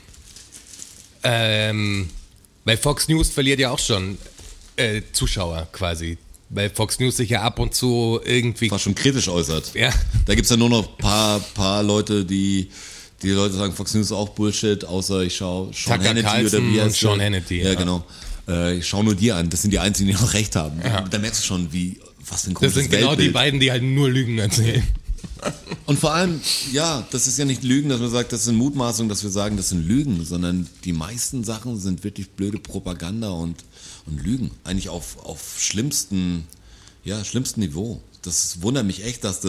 so. OAN. Weil Fox News verliert ja auch schon Zuschauer quasi. Weil Fox News sich ja ab und zu irgendwie... Fast schon kritisch äußert. Ja. Da gibt es ja nur noch paar Leute, die Leute sagen, Fox News ist auch Bullshit, außer ich schaue Sean Tucker Hannity Carlson oder wie und heißt Sean der? Hannity, Ja, ja. genau. Ich schaue nur die an, das sind die einzigen, die noch recht haben. Ja. Da merkst du schon, was für ein Das komisches sind genau die Weltbild. beiden, die halt nur Lügen erzählen. Und vor allem, ja, das ist ja nicht Lügen, dass man sagt, das sind Mutmaßungen, dass wir sagen, das sind Lügen, sondern die meisten Sachen sind wirklich blöde Propaganda und Lügen. Eigentlich auf schlimmstem Niveau. Das wundert mich echt, dass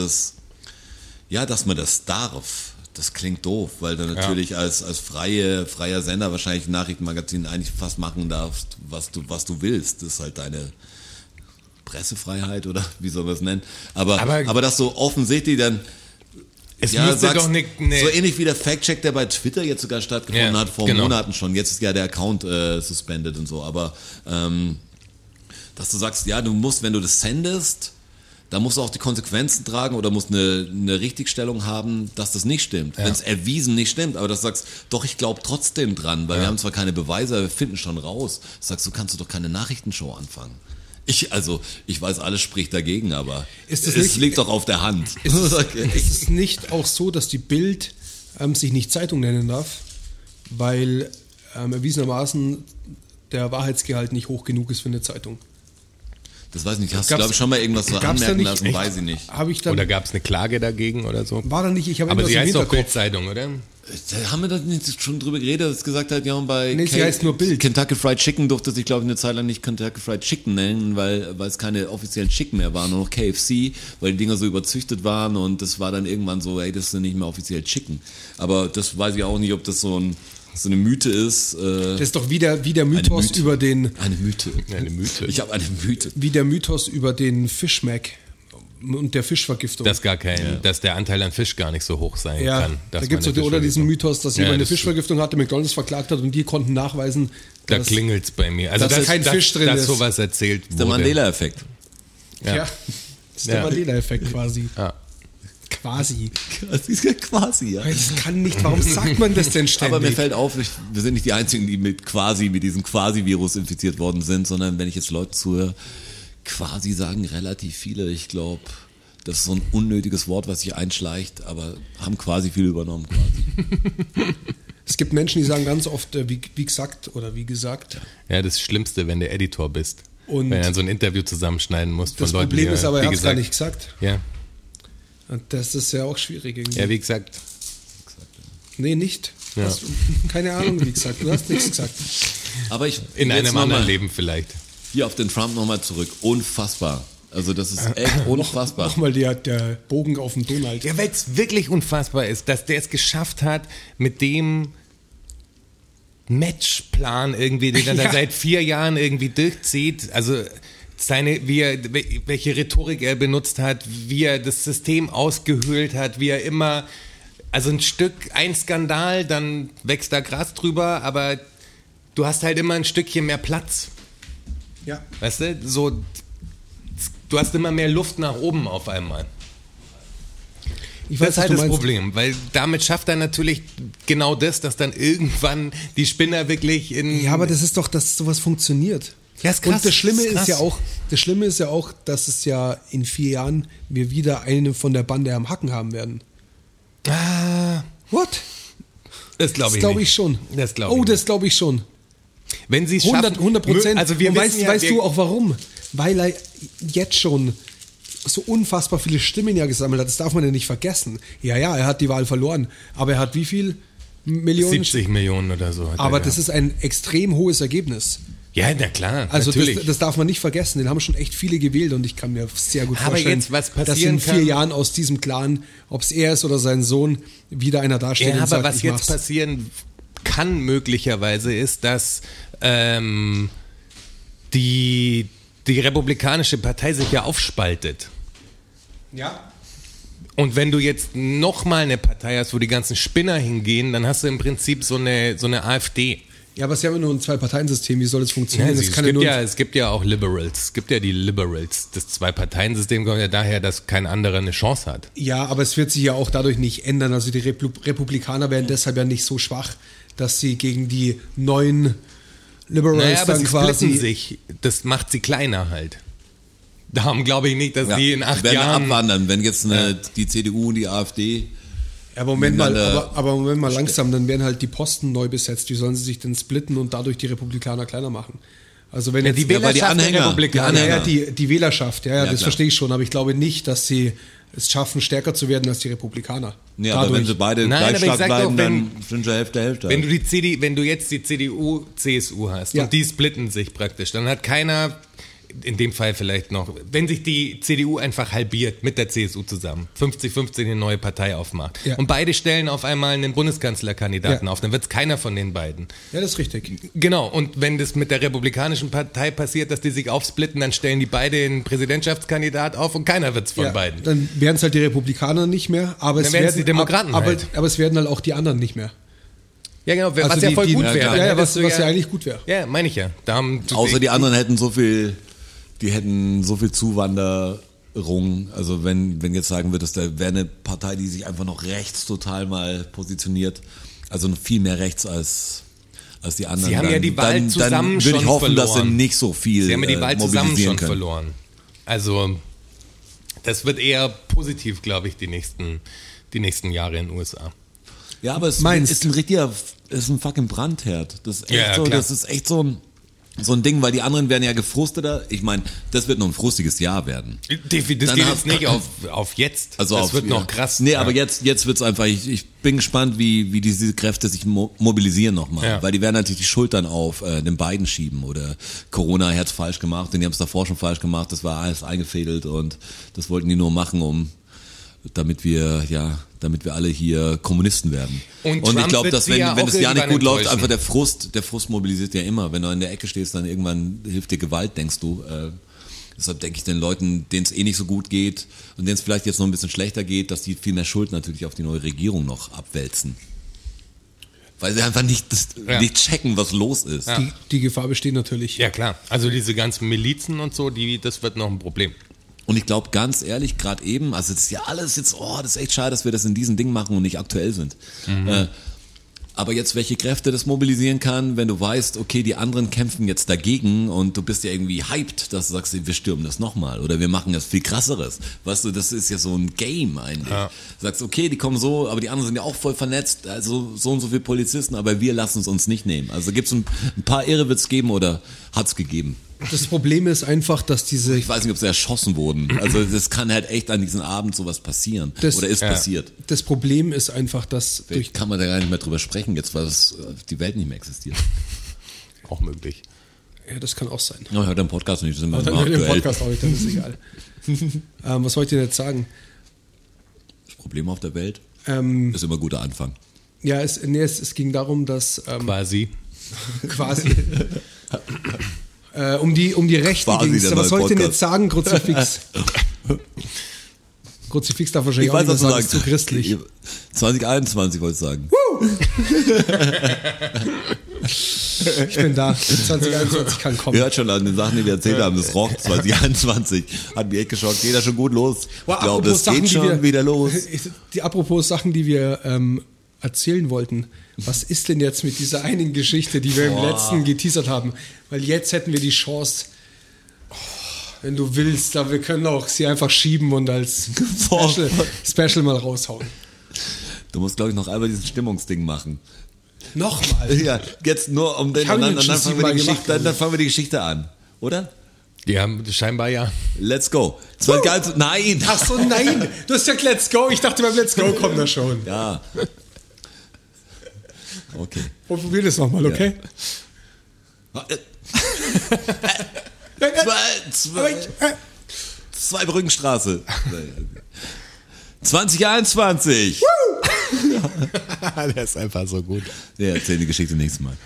man das darf. Das klingt doof, weil du natürlich als freier Sender wahrscheinlich ein Nachrichtenmagazin eigentlich fast machen darfst, was du willst. Das ist halt deine Pressefreiheit oder wie soll man es nennen. Aber das so offensichtlich dann Es müsste doch nicht... so ähnlich wie der Fact-Check, der bei Twitter jetzt sogar stattgefunden hat, vor Monaten schon. Jetzt ist ja der Account suspended und so. Aber dass du sagst, ja, du musst, wenn du das sendest, da musst du auch die Konsequenzen tragen oder musst eine Richtigstellung haben, dass das nicht stimmt. Wenn es erwiesen nicht stimmt, aber das sagst, doch, ich glaube trotzdem dran, weil wir haben zwar keine Beweise, aber wir finden schon raus. Sagst du, kannst du doch keine Nachrichtenshow anfangen. Ich weiß, alles spricht dagegen, aber es liegt doch auf der Hand. Ist es nicht auch so, dass die Bild sich nicht Zeitung nennen darf, weil erwiesenermaßen der Wahrheitsgehalt nicht hoch genug ist für eine Zeitung? Das weiß ich nicht. Hast du, glaube ich, schon mal irgendwas so anmerken lassen? Weiß ich nicht. Oder gab es eine Klage dagegen oder so? War da nicht, ich habe aber irgendwas sie im heißt doch Hinterkopf. Bildzeitung, oder? Da haben wir da nicht schon drüber geredet, dass gesagt hat, ja, und bei sie heißt nur Bild. Kentucky Fried Chicken durfte sich, glaube ich, eine Zeit lang nicht Kentucky Fried Chicken nennen, weil es keine offiziellen Chicken mehr waren, nur noch KFC, weil die Dinger so überzüchtet waren und das war dann irgendwann so, ey, das sind nicht mehr offiziell Chicken. Aber das weiß ich auch nicht, ob das so eine Mythe ist. Das ist doch wie der Mythos über den... Eine Mythe. Ich habe eine Mythe. Wie der Mythos über den Fischmeck und der Fischvergiftung. Dass der Anteil an Fisch gar nicht so hoch sein kann. Da gibt es oder diesen Mythos, dass jemand eine Fischvergiftung hatte, McDonald's verklagt hat und die konnten nachweisen, da klingelt's bei mir. Also dass kein Fisch drin ist. Dass sowas erzählt wurde. Der Mandela-Effekt. Ja, das ist der Mandela-Effekt quasi. Ja. Quasi. Das ist ja quasi, ja. Das kann nicht, warum sagt man das denn ständig? Aber mir fällt auf, wir sind nicht die Einzigen, die mit diesem Quasi-Virus infiziert worden sind, sondern wenn ich jetzt Leute zuhöre, quasi sagen relativ viele. Ich glaube, das ist so ein unnötiges Wort, was sich einschleicht, aber haben quasi viel übernommen. Quasi. Es gibt Menschen, die sagen ganz oft, wie gesagt oder wie gesagt. Ja, das Schlimmste, wenn du Editor bist. Und wenn du so ein Interview zusammenschneiden musst von das Leuten, Problem ist aber, er hat es gar gesagt, nicht gesagt. Ja. Und das ist ja auch schwierig irgendwie. Ja, wie gesagt. Nee, nicht. Ja. Keine Ahnung, wie gesagt. Du hast nichts gesagt. Aber ich In einem anderen Leben vielleicht. Hier auf den Trump nochmal zurück. Unfassbar. Also das ist echt unfassbar. Nochmal der Bogen auf den Donald. Ja, weil es wirklich unfassbar ist, dass der es geschafft hat, mit dem Matchplan irgendwie, den er da seit 4 Jahren irgendwie durchzieht, also welche Rhetorik er benutzt hat, wie er das System ausgehöhlt hat, wie er immer, also ein Skandal, dann wächst da Gras drüber, aber du hast halt immer ein Stückchen mehr Platz. Ja. Weißt du, so, du hast immer mehr Luft nach oben auf einmal. Das ist halt das Problem, weil damit schafft er natürlich genau das, dass dann irgendwann die Spinner wirklich in... Ja, aber das ist doch, dass sowas funktioniert. Ja, ist krass. Und das Schlimme ist ja auch, dass es ja in 4 Jahren wir wieder einen von der Bande am Hacken haben werden. What? Das glaube ich schon. Das glaube ich schon. Wenn sie es 100%. Also wir weißt du auch warum? Weil er jetzt schon so unfassbar viele Stimmen ja gesammelt hat. Das darf man ja nicht vergessen. Ja, er hat die Wahl verloren. Aber er hat wie viel Millionen? 70 Millionen oder so. Aber das ist ein extrem hohes Ergebnis. Ja, na klar, also natürlich. Das darf man nicht vergessen. Den haben schon echt viele gewählt und ich kann mir sehr gut vorstellen, jetzt, was dass in 4 Jahren aus diesem Clan, ob es er ist oder sein Sohn, wieder einer dasteht und aber sagt, was ich jetzt mach's. passieren kann möglicherweise ist, dass die Republikanische Partei sich ja aufspaltet. Ja. Und wenn du jetzt nochmal eine Partei hast, wo die ganzen Spinner hingehen, dann hast du im Prinzip so eine AfD. Ja, aber es ist ja immer nur ein 2-Parteien-System. Wie soll das funktionieren? Ja, es gibt ja auch Liberals. Es gibt ja die Liberals. Das 2-Parteien-System kommt ja daher, dass kein anderer eine Chance hat. Ja, aber es wird sich ja auch dadurch nicht ändern. Also die Republikaner werden deshalb ja nicht so schwach, dass sie gegen die neuen Liberals aber dann sie quasi... splitten sich. Das macht sie kleiner halt. Darum glaube ich nicht, dass die in 8 werden Jahren... abwandern, wenn jetzt die CDU und die AfD... Ja, aber Moment mal langsam, dann werden halt die Posten neu besetzt. Wie sollen sie sich denn splitten und dadurch die Republikaner kleiner machen? Also wenn jetzt die Wählerschaft der Republikaner. Die Wählerschaft, das klar. verstehe ich schon, aber ich glaube nicht, dass sie es schaffen, stärker zu werden als die Republikaner. Ja, aber wenn sie beide gleich stark bleiben, dann sind sie Hälfte. Wenn du jetzt die CDU, CSU hast und die splitten sich praktisch, dann hat keiner... In dem Fall vielleicht noch, wenn sich die CDU einfach halbiert mit der CSU zusammen, 50-50 eine neue Partei aufmacht und beide stellen auf einmal einen Bundeskanzlerkandidaten auf, dann wird es keiner von den beiden. Ja, das ist richtig. Genau, und wenn das mit der Republikanischen Partei passiert, dass die sich aufsplitten, dann stellen die beide einen Präsidentschaftskandidat auf und keiner wird es von beiden. Dann werden es halt die Republikaner nicht mehr, aber dann werden es die Demokraten aber es werden halt auch die anderen nicht mehr. Ja, genau, was also ja voll gut wäre. Ja, was ja eigentlich gut wäre. Ja, meine ich ja. Außer die anderen hätten so viel Zuwanderer Rechtsrung, also wenn jetzt sagen würdest, da wäre eine Partei, die sich einfach noch rechts total mal positioniert, also noch viel mehr rechts als die anderen. Sie haben ja die Wahl zusammen dann würde ich schon hoffen, dass sie verloren. nicht so viel Sie haben ja die Wahl zusammen mobilisieren schon können. verloren. Also das wird eher positiv, glaube ich, die nächsten Jahre in den USA. Ja, aber es Meinst. ist ein fucking Brandherd. Das ist echt Ja, so, klar. das ist echt so ein Ding, weil die anderen werden ja gefrusteter. Ich meine, das wird noch ein frustiges Jahr werden. Das geht Dann jetzt nicht auf jetzt. Also das wird noch krass. Nee, aber jetzt wird's einfach, ich bin gespannt, wie diese Kräfte sich mobilisieren nochmal. Ja. Weil die werden natürlich die Schultern auf den Beiden schieben oder Corona hat's falsch gemacht und die haben es davor schon falsch gemacht, das war alles eingefädelt und das wollten die nur machen, damit wir alle hier Kommunisten werden. Und ich Trump glaube, wird dass sie ja wenn auch es ja nicht irgendwann gut läuft, enttäuschen. einfach der Frust mobilisiert ja immer. Wenn du in der Ecke stehst, dann irgendwann hilft dir Gewalt, denkst du. Deshalb denke ich den Leuten, denen es eh nicht so gut geht und denen es vielleicht jetzt noch ein bisschen schlechter geht, dass die viel mehr Schuld natürlich auf die neue Regierung noch abwälzen. Weil sie einfach nicht checken, was los ist. Ja. Die Gefahr besteht natürlich. Ja klar, also diese ganzen Milizen und so, das wird noch ein Problem. Und ich glaube, ganz ehrlich, gerade eben, also das ist ja alles jetzt, das ist echt schade, dass wir das in diesen Ding machen und nicht aktuell sind. Aber jetzt, welche Kräfte das mobilisieren kann, wenn du weißt, okay, die anderen kämpfen jetzt dagegen und du bist ja irgendwie hyped, dass du sagst, wir stürmen das nochmal oder wir machen das viel krasseres. Weißt du, das ist ja so ein Game eigentlich. Ja. Du sagst, okay, die kommen so, aber die anderen sind ja auch voll vernetzt, also so und so viele Polizisten, aber wir lassen es uns nicht nehmen. Also gibt's ein paar Irre wird's geben oder hat's gegeben. Das Problem ist einfach, dass diese... Ich weiß nicht, ob sie erschossen wurden. Also das kann halt echt an diesem Abend sowas passieren. Oder ist passiert. Das Problem ist einfach, dass Vielleicht kann man da gar nicht mehr drüber sprechen, jetzt weil die Welt nicht mehr existiert. Auch möglich. Ja, das kann auch sein. Ja, ich höre den Podcast nicht, das sind wir Dann immer hört den aktuell. Podcast auch nicht, dann ist egal. Was wollt ihr jetzt sagen? Das Problem auf der Welt Ähm, ist immer ein guter Anfang. ja, es ging darum, dass Quasi. quasi um die Rechten Quasi ging es. der Was neue soll ich denn Podcast. jetzt sagen, Kruzifix? Kruzifix darf wahrscheinlich Ich auch weiß, nicht was mehr du sagen, sagst. ist zu christlich. 2021 wollte ich sagen. Ich bin da. 2021 kann kommen. Ihr hört schon an den Sachen, die wir erzählt haben, das rockt 2021. Hat mich echt geschockt. Geht da schon gut los. Wow, Ich glaube, das apropos geht Sachen, die schon wieder los. Apropos Sachen, die wir erzählen wollten. Was ist denn jetzt mit dieser einen Geschichte, die wir im letzten geteasert haben? Weil jetzt hätten wir die Chance, wenn du willst, aber wir können auch sie einfach schieben und als Special mal raushauen. Du musst, glaube ich, noch einmal diesen Stimmungsding machen. Nochmal. Ja, jetzt nur um den, Ich hab und ihn dann schon fangen wir die 7-mal gemacht, Geschichte, dann fangen wir die Geschichte an. Oder? Ja, scheinbar ja. Let's go. Nein! Ach so, nein. Du hast gesagt, let's go. Ich dachte beim Let's go kommt das schon. Ja. Okay. Probier das nochmal, okay? Zweibrückenstraße. 2021. Der ist einfach so gut. Ja, erzähl die Geschichte nächstes Mal.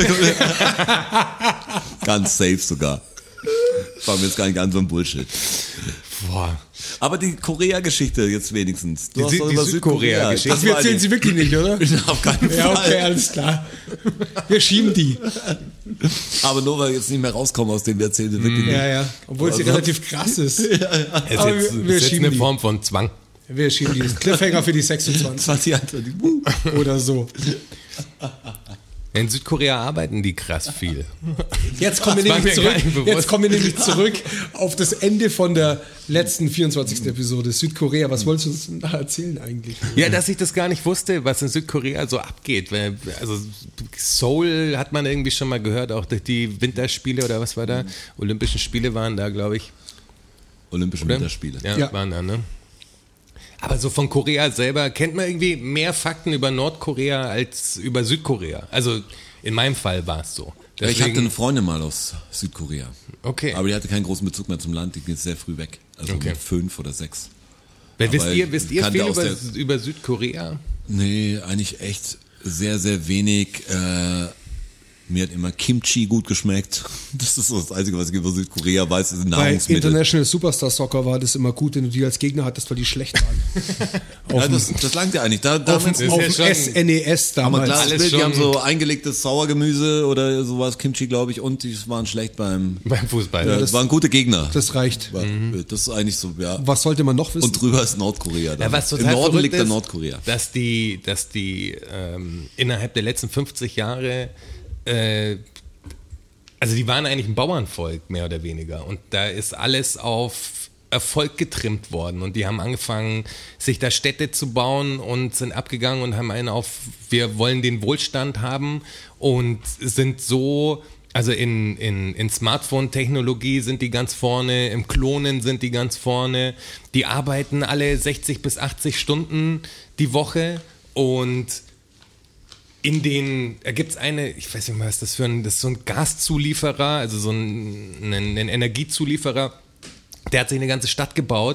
Ganz safe sogar. Fangen wir jetzt gar nicht an, so ein Bullshit. Boah. Aber die Korea-Geschichte jetzt wenigstens. Du hast Die doch über Südkorea-Geschichte. Ach, wir erzählen sie wirklich nicht, oder? Auf keinen Fall. Ja, okay, alles klar. Wir schieben die. Aber nur weil wir jetzt nicht mehr rauskommen aus dem, wir erzählen sie wirklich nicht. Ja, ja. Obwohl sie relativ krass ist. Es ist Aber jetzt, wir ist jetzt schieben eine die. Form von Zwang. Wir schieben die. Cliffhanger für die 26 2021. oder so. In Südkorea arbeiten die krass viel. Jetzt kommen wir Das war nämlich mir gar nicht zurück. bewusst. Jetzt kommen wir nämlich zurück auf das Ende von der letzten 24. Episode. Südkorea. Was wolltest du uns denn da erzählen eigentlich? Ja, dass ich das gar nicht wusste, was in Südkorea so abgeht. Weil, also Seoul hat man irgendwie schon mal gehört, auch durch die Winterspiele oder was war da? Olympischen Spiele waren da, glaube ich. Olympische Oder? Winterspiele. Ja. Waren da, ne? Aber so von Korea selber kennt man irgendwie mehr Fakten über Nordkorea als über Südkorea. Also in meinem Fall war es so. Ja, ich hatte eine Freundin mal aus Südkorea. Okay. Aber die hatte keinen großen Bezug mehr zum Land, die ging sehr früh weg. Also Okay. mit 5 oder 6. Wisst aber ihr kannte viel aus Mir hat immer Kimchi gut geschmeckt. Das ist so das Einzige, was ich über Südkorea weiß, ist Bei Nahrungsmittel. International Superstar Soccer war das immer gut, wenn du die als Gegner hattest, weil die schlecht waren. Ja, das langt ja eigentlich. Damit Auf ja dem schon- SNES haben wir damals. klares alles Bild. Die schon- haben so eingelegtes Sauergemüse oder sowas, Kimchi, glaube ich, und die waren schlecht beim Fußball. Ja, das waren gute Gegner. Das reicht. Das ist eigentlich so, ja. Was sollte man noch wissen? Und drüber ist Nordkorea. Ja, was Im total Norden verrückt liegt der ist, Nordkorea. dass die innerhalb der letzten 50 Jahre, also die waren eigentlich ein Bauernvolk, mehr oder weniger. Und da ist alles auf Erfolg getrimmt worden. Und die haben angefangen, sich da Städte zu bauen und sind abgegangen und haben einen auf, wir wollen den Wohlstand haben und sind so... Also in Smartphone-Technologie sind die ganz vorne, im Klonen sind die ganz vorne. Die arbeiten alle 60 bis 80 Stunden die Woche und da gibt es ich weiß nicht mal, was das ist so ein Gaszulieferer, also so ein Energiezulieferer, der hat sich eine ganze Stadt gebaut,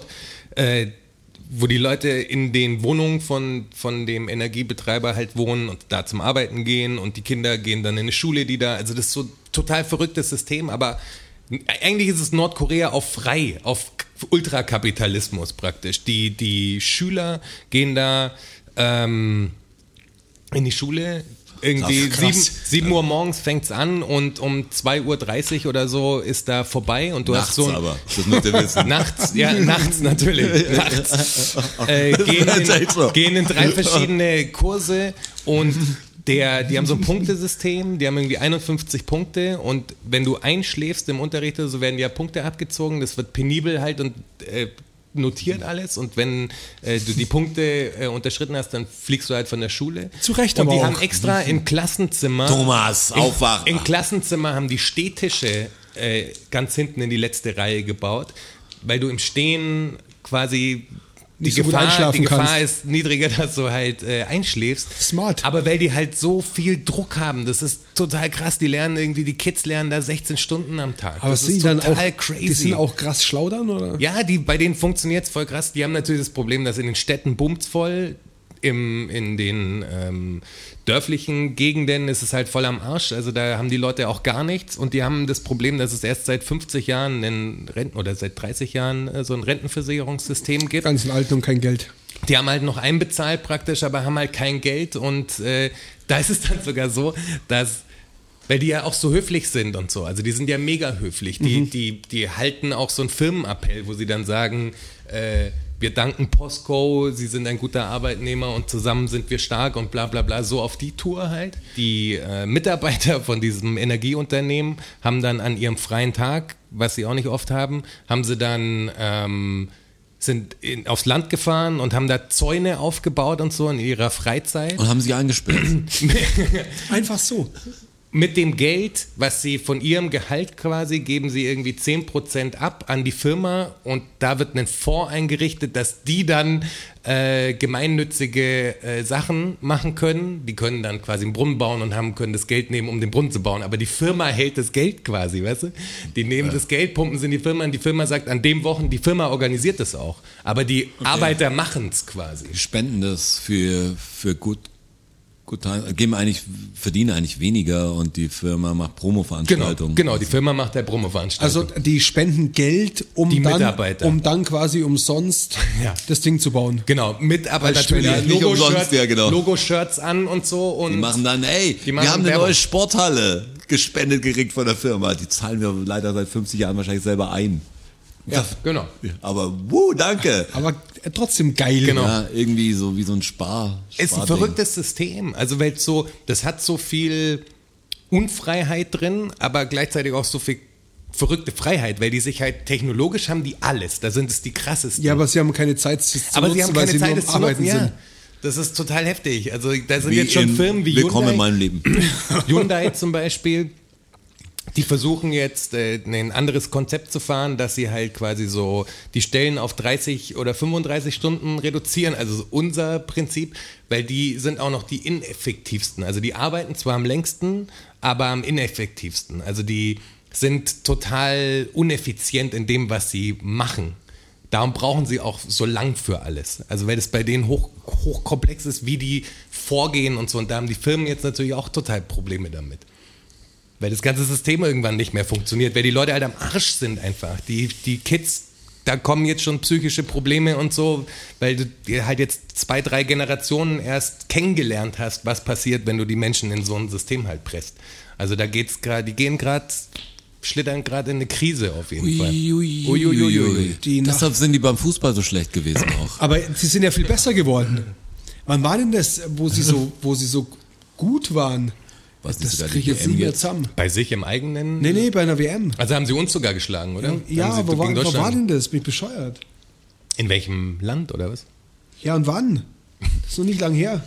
wo die Leute in den Wohnungen von dem Energiebetreiber halt wohnen und da zum Arbeiten gehen und die Kinder gehen dann in eine Schule, also das ist so ein total verrücktes System, aber eigentlich ist es Nordkorea auf Ultrakapitalismus praktisch. Die Schüler gehen da in die Schule, irgendwie Ach, krass. 7 Uhr morgens fängt's an und um 2:30 Uhr oder so ist da vorbei und du Nachts hast so aber, das müsst ihr wissen. Nachts natürlich. Nachts gehen in 3 verschiedene Kurse und die haben so ein Punktesystem, die haben irgendwie 51 Punkte und wenn du einschläfst im Unterricht, so werden ja Punkte abgezogen, das wird penibel halt und notiert alles und wenn du die Punkte unterschritten hast, dann fliegst du halt von der Schule. Zu Recht und aber die auch. haben extra in Klassenzimmer Thomas, aufwachen. in Klassenzimmer haben die Stehtische ganz hinten in die letzte Reihe gebaut, weil du im Stehen quasi die Nicht so gut Gefahr einschlafen kannst. ist niedriger, dass du halt einschläfst. Smart. Aber weil die halt so viel Druck haben, das ist total krass. Die Kids lernen da 16 Stunden am Tag. Aber das sind ist die dann total auch, crazy. die sind auch krass schlau dann, oder? Ja, bei denen funktioniert es voll krass. Die haben natürlich das Problem, dass in den Städten bummt's voll. In den dörflichen Gegenden ist es halt voll am Arsch. Also da haben die Leute auch gar nichts. Und die haben das Problem, dass es erst seit 50 Jahren oder seit 30 Jahren so ein Rentenversicherungssystem gibt. Ganzen Alten und kein Geld. Die haben halt noch einbezahlt praktisch, aber haben halt kein Geld. Und da ist es dann sogar so, dass... Weil die ja auch so höflich sind und so. Also die sind ja mega höflich. Die halten auch so einen Firmenappell, wo sie dann sagen, wir danken POSCO, sie sind ein guter Arbeitnehmer und zusammen sind wir stark und bla bla bla. So auf die Tour halt. Die Mitarbeiter von diesem Energieunternehmen haben dann an ihrem freien Tag, was sie auch nicht oft haben, haben sie dann... sind aufs Land gefahren und haben da Zäune aufgebaut und so in ihrer Freizeit. Und haben sie eingesperrt. Einfach so. Mit dem Geld, was sie von ihrem Gehalt quasi, geben sie irgendwie 10% ab an die Firma und da wird ein Fonds eingerichtet, dass die dann gemeinnützige Sachen machen können. Die können dann quasi einen Brunnen bauen und können das Geld nehmen, um den Brunnen zu bauen. Aber die Firma hält das Geld quasi, weißt du? Die nehmen das Geld, pumpen es in die Firma und die Firma sagt an dem Wochen, die Firma organisiert das auch. Aber die Arbeiter machen es quasi. Die spenden das für gut verdienen eigentlich weniger und die Firma macht Promo-Veranstaltungen. Genau, die Firma macht der Promo-Veranstaltung. Also die spenden Geld, um dann quasi umsonst das Ding zu bauen. Genau, mit aber natürlich ja, nicht umsonst, ja, genau. Logo-Shirts an und so. Und Die machen dann, wir haben eine Werbung. neue Sporthalle gespendet gekriegt von der Firma. Die zahlen wir leider seit 50 Jahren wahrscheinlich selber ein. Ja, genau. Aber, danke. Aber trotzdem geil. Genau. Ja, irgendwie so wie so ein Ist ein Sparding. verrücktes System. Also weil das hat so viel Unfreiheit drin, aber gleichzeitig auch so viel verrückte Freiheit, weil die sich halt technologisch haben die alles. Da sind es die krassesten. Ja, aber sie haben keine Zeit, es zu aber nutzen, sie haben weil keine sie Zeit, nur es am zu Arbeiten nutzen. Ja. sind. Das ist total heftig. Also da sind Wie jetzt schon in Firmen wie Willkommen in Hyundai. meinem Leben. Hyundai zum Beispiel, die versuchen jetzt ein anderes Konzept zu fahren, dass sie halt quasi so die Stellen auf 30 oder 35 Stunden reduzieren, also unser Prinzip, weil die sind auch noch die ineffektivsten. Also die arbeiten zwar am längsten, aber am ineffektivsten. Also die sind total uneffizient in dem, was sie machen. Darum brauchen sie auch so lang für alles. Also weil das bei denen hochkomplex ist, wie die vorgehen und so. Und da haben die Firmen jetzt natürlich auch total Probleme damit. Weil das ganze System irgendwann nicht mehr funktioniert, weil die Leute halt am Arsch sind einfach. Die Kids, da kommen jetzt schon psychische Probleme und so, weil du halt jetzt 2, 3 Generationen erst kennengelernt hast, was passiert, wenn du die Menschen in so ein System halt presst. Also da geht's gerade, schlittern gerade in eine Krise auf jeden Fall. Uiuiui. Deshalb sind die beim Fußball so schlecht gewesen auch. Aber sie sind ja viel besser geworden. Wann war denn das, wo sie so gut waren? Was ist Das sogar kriege ich die jetzt WM nicht mehr jetzt? zusammen. Bei sich im eigenen? Nee, bei einer WM. Also haben sie uns sogar geschlagen, oder? Ja, Haben sie wo gegen war Deutschland? denn das? Bin ich bescheuert? In welchem Land, oder was? Ja, und wann? Das ist noch nicht lang her.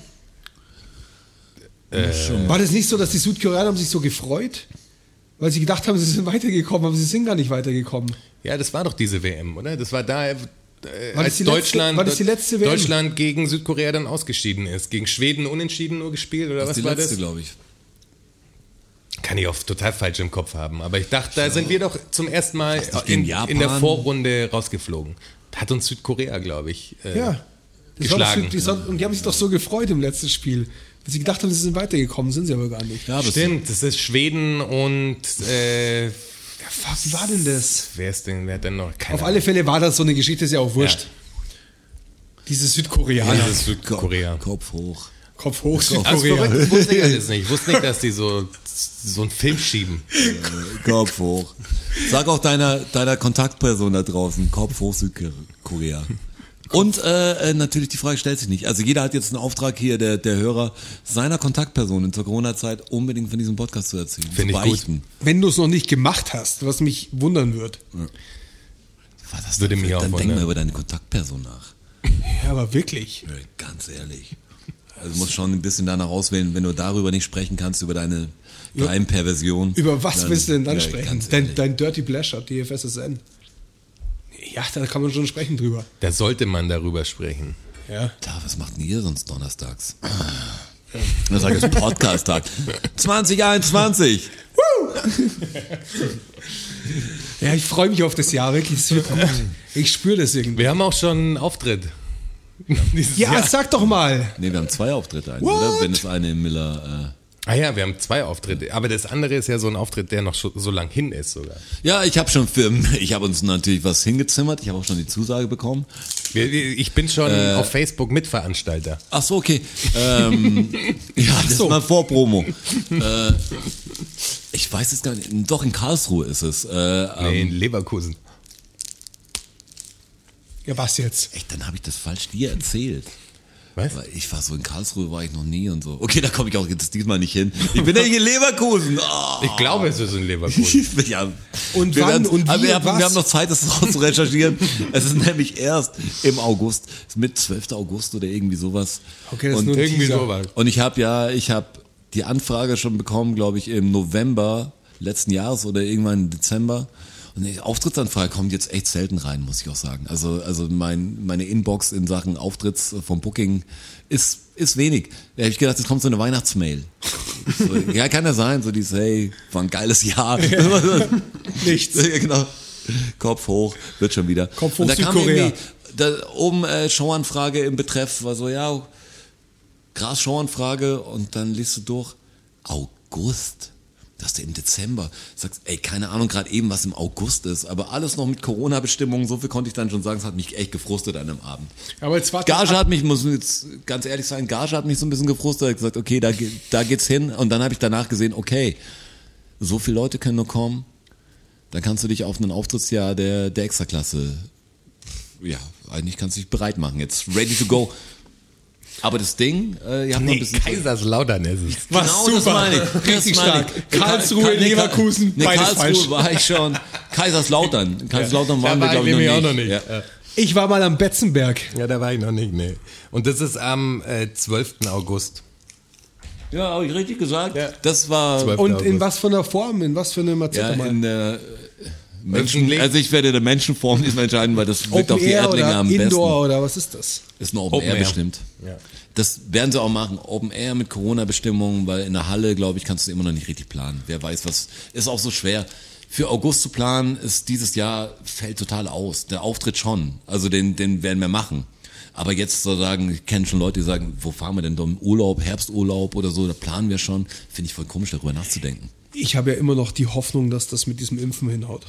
War das nicht so, dass die Südkoreaner haben sich so gefreut? Weil sie gedacht haben, sie sind weitergekommen, aber sie sind gar nicht weitergekommen. Ja, das war doch diese WM, oder? Das war da, War als das die Deutschland, war das die letzte WM? Deutschland gegen Südkorea dann ausgeschieden ist. Gegen Schweden unentschieden nur gespielt, oder Das was ist die war letzte, das? glaube ich. Kann ich auch total falsch im Kopf haben. Aber ich dachte, da sind wir doch zum ersten Mal das nicht gegen in Japan? der Vorrunde rausgeflogen. Hat uns Südkorea, glaube ich, Ja. Das war doch geschlagen. und die haben sich doch so gefreut im letzten Spiel. Weil sie gedacht haben, sie sind weitergekommen, sind sie aber gar nicht. Ja, aber Stimmt, das ist Schweden und Fuck, wie war denn das? wer hat denn noch? Keine Auf alle Fälle war das so eine Geschichte, ist ja auch wurscht. Ja. Diese Südkoreaner. Ahnung. Das ist Südkorea. Kopf hoch. Kopf hoch, Das ist Südkorea. verrückt, das wusste ich alles nicht. Ich wusste nicht, dass die so einen Film schieben. Kopf hoch. Sag auch deiner Kontaktperson da draußen, Kopf hoch Südkorea. Und natürlich, die Frage stellt sich nicht. Also jeder hat jetzt einen Auftrag hier, der Hörer, seiner Kontaktperson in zur Corona-Zeit unbedingt von diesem Podcast zu erzählen. Finde zu ich gut. beichten. Wenn du es noch nicht gemacht hast, was mich wundern wird. Was das Würde denn mich für- auch Dann denk wundern. mal über deine Kontaktperson nach. Ja, aber wirklich. Ja, ganz ehrlich. Also du musst schon ein bisschen danach auswählen, wenn du darüber nicht sprechen kannst, über deine Geheimperversion. Über was dann- willst du denn dann ja, sprechen? ganz ehrlich. Dein Dirty Pleasure, DFSSN. Ja, da kann man schon sprechen drüber. Da sollte man darüber sprechen. Ja. Da, was macht denn ihr sonst donnerstags? Dann sag ich, es Podcast-Tag. 2021. Ja, ich freue mich auf das Jahr, wirklich. Es wird gut. Ich spüre das irgendwie. Wir haben auch schon einen Auftritt. Dieses Ja, Jahr. sag doch mal. Nee, wir haben 2 Auftritte, einen, What? oder? Wenn es eine im Miller... Ah ja, wir haben 2 Auftritte. Aber das andere ist ja so ein Auftritt, der noch so lang hin ist sogar. Ja, ich habe uns natürlich was hingezimmert. Ich habe auch schon die Zusage bekommen. Ich bin schon auf Facebook Mitveranstalter. Ach so, okay. Ja, das ist mal Vorpromo. Ich weiß es gar nicht. Doch, in Karlsruhe ist es. Nee, in Leverkusen. Ja, was jetzt? Echt, dann habe ich das falsch dir erzählt. Was? Weil ich war so in Karlsruhe, war ich noch nie und so. Okay, da komme ich auch jetzt diesmal nicht hin. Ich bin ja hier in Leverkusen. Oh. Ich glaube, es ist in Leverkusen. Ja. Und wir wann werden- und aber wie wir und haben, wir was? haben noch Zeit, das raus zu recherchieren. Es ist nämlich erst im August, mit 12. August oder irgendwie sowas. Okay, das ist und, nur ein Irgendwie Teaser. sowas. und ich habe die Anfrage schon bekommen, glaube ich, im November letzten Jahres oder irgendwann im Dezember. Und die Auftrittsanfrage kommt jetzt echt selten rein, muss ich auch sagen. Also meine Inbox in Sachen Auftritts vom Booking ist wenig. Da habe ich gedacht, jetzt kommt so eine Weihnachtsmail. So, ja, kann ja sein, so dieses, hey, war ein geiles Jahr. Nichts. Ja, genau. Kopf hoch, wird schon wieder. Kopf hoch, Und da kam Südkorea. irgendwie, da oben Showanfrage im Betreff, war so, ja, krass Showanfrage und dann liest du durch, August. Dass du im Dezember sagst, ey, keine Ahnung, gerade eben, was im August ist, aber alles noch mit Corona-Bestimmungen, so viel konnte ich dann schon sagen, es hat mich echt gefrustet an einem Abend. Aber jetzt warte Gage hat mich, muss jetzt ganz ehrlich sein, Gage hat mich so ein bisschen gefrustet, ich gesagt, okay, da geht's hin und dann habe ich danach gesehen, okay, so viele Leute können nur kommen, dann kannst du dich auf einen Auftrittsjahr der Extraklasse, ja, eigentlich kannst du dich bereit machen, jetzt ready to go. Aber das Ding, ihr habt noch ein Nee, bisschen... Kaiserslautern ist es. Was Genau, super. das meine ich. Das Richtig meine stark. ich. Karlsruhe, Leverkusen, nee, beides Karlsruhe falsch. war ich schon. Kaiserslautern. Kaiserslautern waren wir, Da war glaube ich, ich noch nämlich nicht. auch noch nicht. Ja. Ich war mal am Betzenberg. Ja, da war ich noch nicht, nee. Und das ist am 12. August. Ja, habe ich richtig gesagt? Ja. Das war 12. Und in August. was für einer Form? In was für einem ja, Erzähl mal. in der Menschen, Öffentlich. also ich werde der Menschenform diesmal entscheiden, weil das wirkt Open auf die Air Erdlinge oder am Indoor besten. oder was ist das? Ist nur Open, Open Air Air. bestimmt. Ja. Das werden sie auch machen. Open Air mit Corona-Bestimmungen, weil in der Halle, glaube ich, kannst du immer noch nicht richtig planen. Wer weiß was. Ist auch so schwer. Für August zu planen, ist dieses Jahr fällt total aus. Der Auftritt schon. Also den werden wir machen. Aber jetzt sozusagen, ich kenne schon Leute, die sagen, wo fahren wir denn da im Urlaub, Herbsturlaub oder so, da planen wir schon. Finde ich voll komisch, darüber nachzudenken. Ich habe ja immer noch die Hoffnung, dass das mit diesem Impfen hinhaut.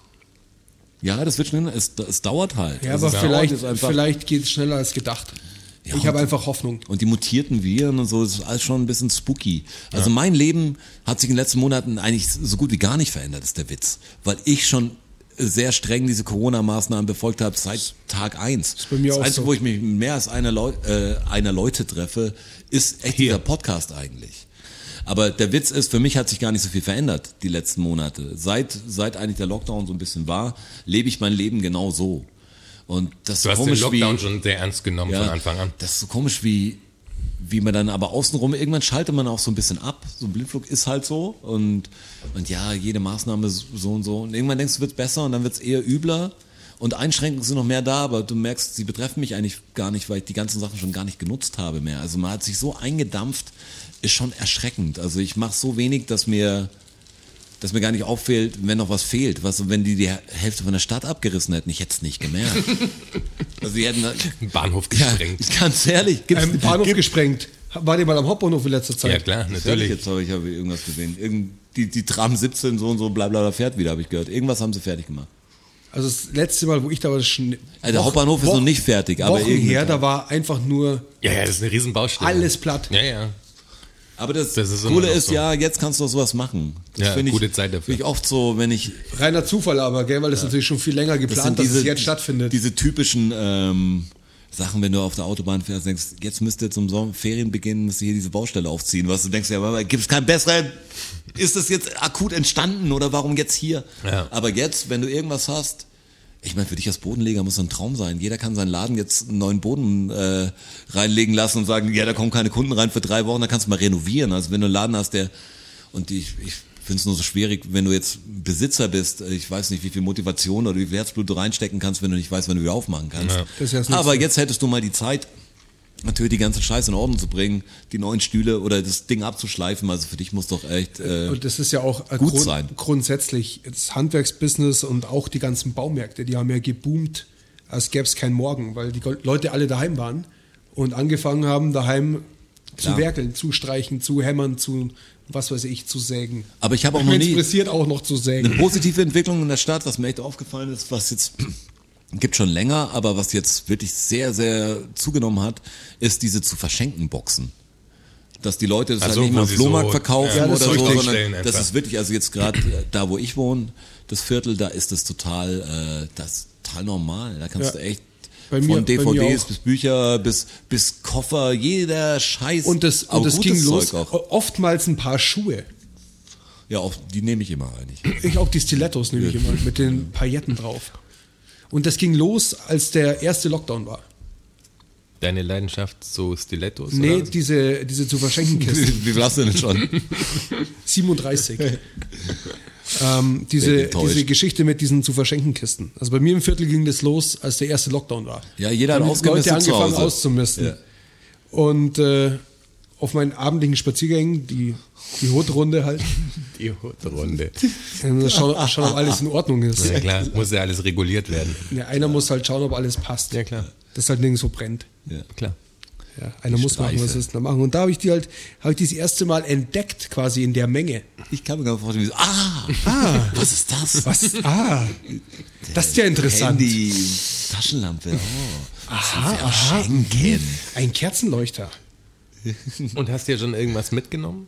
Ja, das wird schon, es dauert halt. Ja, Also aber es dauert einfach. vielleicht geht es schneller als gedacht. Ja, Ich habe einfach Hoffnung. Und die mutierten Viren und so, das ist alles schon ein bisschen spooky. Also mein Leben hat sich in den letzten Monaten eigentlich so gut wie gar nicht verändert, ist der Witz. Weil ich schon sehr streng diese Corona-Maßnahmen befolgt habe seit Tag 1. ist bei mir das auch Einzige, so. wo ich mich mit mehr als einer Leute treffe, ist echt dieser Podcast eigentlich. Aber der Witz ist, für mich hat sich gar nicht so viel verändert, die letzten Monate. Seit eigentlich der Lockdown so ein bisschen war, lebe ich mein Leben genau so. Und das Du ist hast den komisch Lockdown wie, schon sehr ernst genommen von Anfang an. das ist so komisch wie man dann aber außenrum, irgendwann schaltet man auch so ein bisschen ab. So ein Blindflug ist halt so. Und ja, jede Maßnahme so und so. Und irgendwann denkst du, wird besser und dann wird es eher übler. Und Einschränkungen sind noch mehr da, aber du merkst, sie betreffen mich eigentlich gar nicht, weil ich die ganzen Sachen schon gar nicht genutzt habe mehr. Also man hat sich so eingedampft, ist schon erschreckend. Also ich mache so wenig, dass mir gar nicht auffällt, wenn noch was fehlt. Wenn die Hälfte von der Stadt abgerissen hätten, ich hätte es nicht gemerkt. Also die hätten Einen Bahnhof gesprengt. Ja, ganz ehrlich. Bahnhof gesprengt. War die mal am Hauptbahnhof in letzter Zeit? Ja klar, Natürlich. natürlich. Jetzt habe ich irgendwas gesehen. Die Tram 17 so und so, bla bla, fährt wieder, habe ich gehört. Irgendwas haben sie fertig gemacht. Also das letzte Mal, wo ich da war, das schon Also der Hauptbahnhof ist noch nicht fertig, aber Wochen irgendein her, Tag. da war einfach nur Ja, das ist eine riesen Baustelle. alles platt. Ja, ja. Aber das ist immer Coole noch ist so. ja, jetzt kannst du auch sowas machen. Das Ja, finde gute Zeit dafür. Finde ich oft so, wenn ich Reiner Zufall aber, gell, weil das natürlich schon viel länger geplant, dass es jetzt stattfindet. Diese typischen Sachen, wenn du auf der Autobahn fährst, denkst, jetzt müsste zum Ferienbeginn müsste hier diese Baustelle aufziehen. Was du denkst, ja, gibt es keinen besseren? Ist das jetzt akut entstanden oder warum jetzt hier? Ja. Aber jetzt, wenn du irgendwas hast, ich meine, für dich als Bodenleger muss das ein Traum sein. Jeder kann seinen Laden jetzt einen neuen Boden reinlegen lassen und sagen, ja, da kommen keine Kunden rein für 3 Wochen, da kannst du mal renovieren. Also wenn du einen Laden hast, und ich finde es nur so schwierig, wenn du jetzt Besitzer bist, ich weiß nicht, wie viel Motivation oder wie viel Herzblut du reinstecken kannst, wenn du nicht weißt, wann du wieder aufmachen kannst. Ja. Das ist ja das Nächste. Aber jetzt hättest du mal die Zeit, natürlich die ganze Scheiße in Ordnung zu bringen, die neuen Stühle oder das Ding abzuschleifen. Also für dich muss doch echt Und das ist ja auch gut sein. Grundsätzlich das Handwerksbusiness und auch die ganzen Baumärkte, die haben ja geboomt, als gäbe es keinen Morgen, weil die Leute alle daheim waren und angefangen haben, daheim zu Klar. werkeln, zu streichen, zu hämmern, zu was weiß ich, zu sägen. Aber ich habe auch noch Mich nie interessiert auch noch zu eine sägen. positive Entwicklung in der Stadt, was mir echt aufgefallen ist, was jetzt gibt schon länger, aber was jetzt wirklich sehr, sehr zugenommen hat, ist diese zu verschenken Boxen. Dass die Leute das Also, halt nicht wo mal im sie Flohmarkt so, verkaufen ja, das oder ist so, richtig. sondern Stellen das einfach. ist wirklich, also jetzt gerade da, wo ich wohne, das Viertel, da ist das total normal. Da kannst Ja. du echt Bei mir- von bei mir DVDs auch. bis Bücher bis Koffer, jeder Scheiß. Und das aber ging gutes los, Zeug auch. oftmals ein paar Schuhe. Ja, auch die nehme ich immer eigentlich. Ich auch die Stilettos nehme ich immer mit den Pailletten drauf. Und das ging los, als der erste Lockdown war. Deine Leidenschaft, so Stilettos? Nee, oder? diese zu verschenken Kisten. Wie viel hast du denn schon? 37. Bin diese enttäuscht. Geschichte mit diesen zu verschenken Kisten. Also bei mir im Viertel ging das los, als der erste Lockdown war. Ja, jeder hat Haben die ausgemistet Leute zu angefangen Hause. auszumisten. Ja. Und auf meinen abendlichen Spaziergängen, die Hut-Runde halt, Die Runde. schauen, ob alles in Ordnung ist. Ja klar, muss ja alles reguliert werden. Ja, einer muss halt schauen, ob alles passt. Ja klar, Dass halt nirgendwo brennt. Ja. klar. Ja, einer muss machen, was Streife. ist da machen. Und da habe ich die halt, das erste Mal entdeckt, quasi in der Menge. Ich kann mir gar nicht vorstellen, wie so, was ist das? Was? Das ist ja interessant. Handy, Taschenlampe, Aha. Schenken. Ein Kerzenleuchter. Und hast du ja schon irgendwas mitgenommen?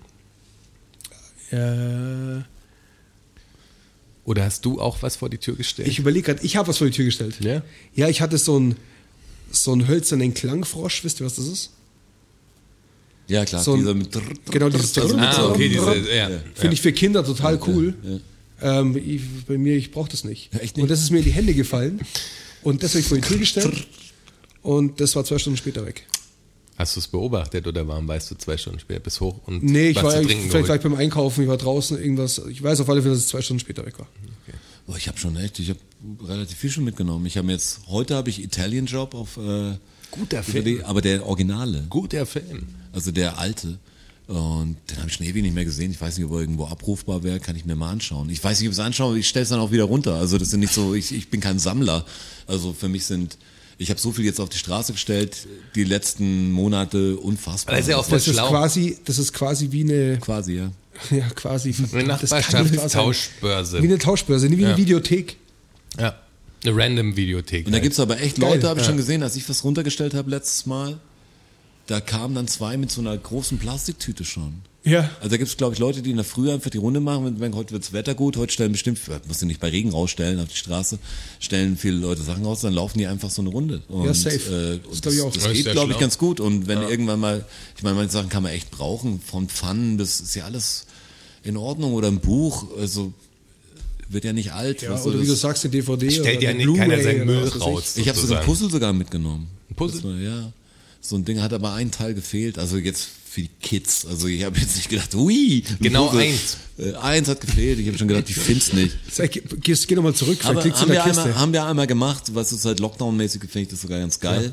Oder hast du auch was vor die Tür gestellt? Ich überlege gerade, ich habe was vor die Tür gestellt. Ja? Ja, ich hatte so einen hölzernen Klangfrosch, wisst ihr, was das ist? Ja, klar, So ein- dieser mit Genau, dieses Okay, ja. Finde ich für Kinder total cool. Bei mir, ich brauche das nicht. Ja, echt nicht? Und das ist mir in die Hände gefallen. Und das habe ich vor die Tür gestellt. Und das war 2 Stunden später weg. Hast du es beobachtet oder warum weißt du 2 Stunden später bis hoch und Nee, was zu trinken vielleicht war ich geholt? beim Einkaufen, ich war draußen, irgendwas. Ich weiß auf alle Fälle, dass es 2 Stunden später weg war. Boah, ich habe relativ viel schon mitgenommen. Heute habe ich Italian Job auf Guter DVD, aber der Originale, Guter Film. also der alte. Und den habe ich schon ewig nicht mehr gesehen. Ich weiß nicht, ob er irgendwo abrufbar wäre, kann ich mir mal anschauen. Ich weiß nicht, ob ich es anschaue, aber ich stelle es dann auch wieder runter. Also das sind nicht so, ich bin kein Sammler. Also für mich Ich habe so viel jetzt auf die Straße gestellt, die letzten Monate, unfassbar. Aber ist ja auch voll Das ist schlau. quasi wie eine, Quasi, ja. ja quasi, Eine das kann nicht wahr sein. Nachbarschaftstauschbörse. Wie eine Tauschbörse, wie eine Videothek. Ja, eine random Videothek. Und da halt. gibt's aber echt Leute, habe ich schon gesehen, als ich was runtergestellt habe letztes Mal, da kamen dann 2 mit so einer großen Plastiktüte schon. Ja. Also da gibt's glaube ich, Leute, die in der Früh einfach die Runde machen und denken, heute wird's Wetter gut, heute stellen bestimmt, musst du nicht bei Regen rausstellen auf die Straße, stellen viele Leute Sachen raus, dann laufen die einfach so eine Runde. Und, Ja, safe. Und glaub ich auch. das Das ist geht, sehr glaube ich, schlau. ganz gut. Und wenn irgendwann mal, ich meine, manche Sachen kann man echt brauchen, von Pfannen bis, ist ja alles in Ordnung oder ein Buch, also wird ja nicht alt. Ja, weißt oder wie du das- sagst, eine DVD Stellt oder ja eine nicht keiner Blu-ray seinen oder Müll was weiß ich. raus. Ich habe sogar ein sozusagen. Puzzle sogar mitgenommen. Ein Puzzle? Das war, ja. So ein Ding hat aber ein Teil gefehlt. Also jetzt für die Kids. Also ich habe jetzt nicht gedacht, ui. ein Genau Puzzle. eins. Eins hat gefehlt. Ich habe schon gedacht, ich find's nicht. Geh nochmal zurück, Aber vielleicht liegt's in haben der wir, Kiste. haben wir einmal gemacht, was ist halt Lockdown-mäßig, finde ich das sogar ganz geil.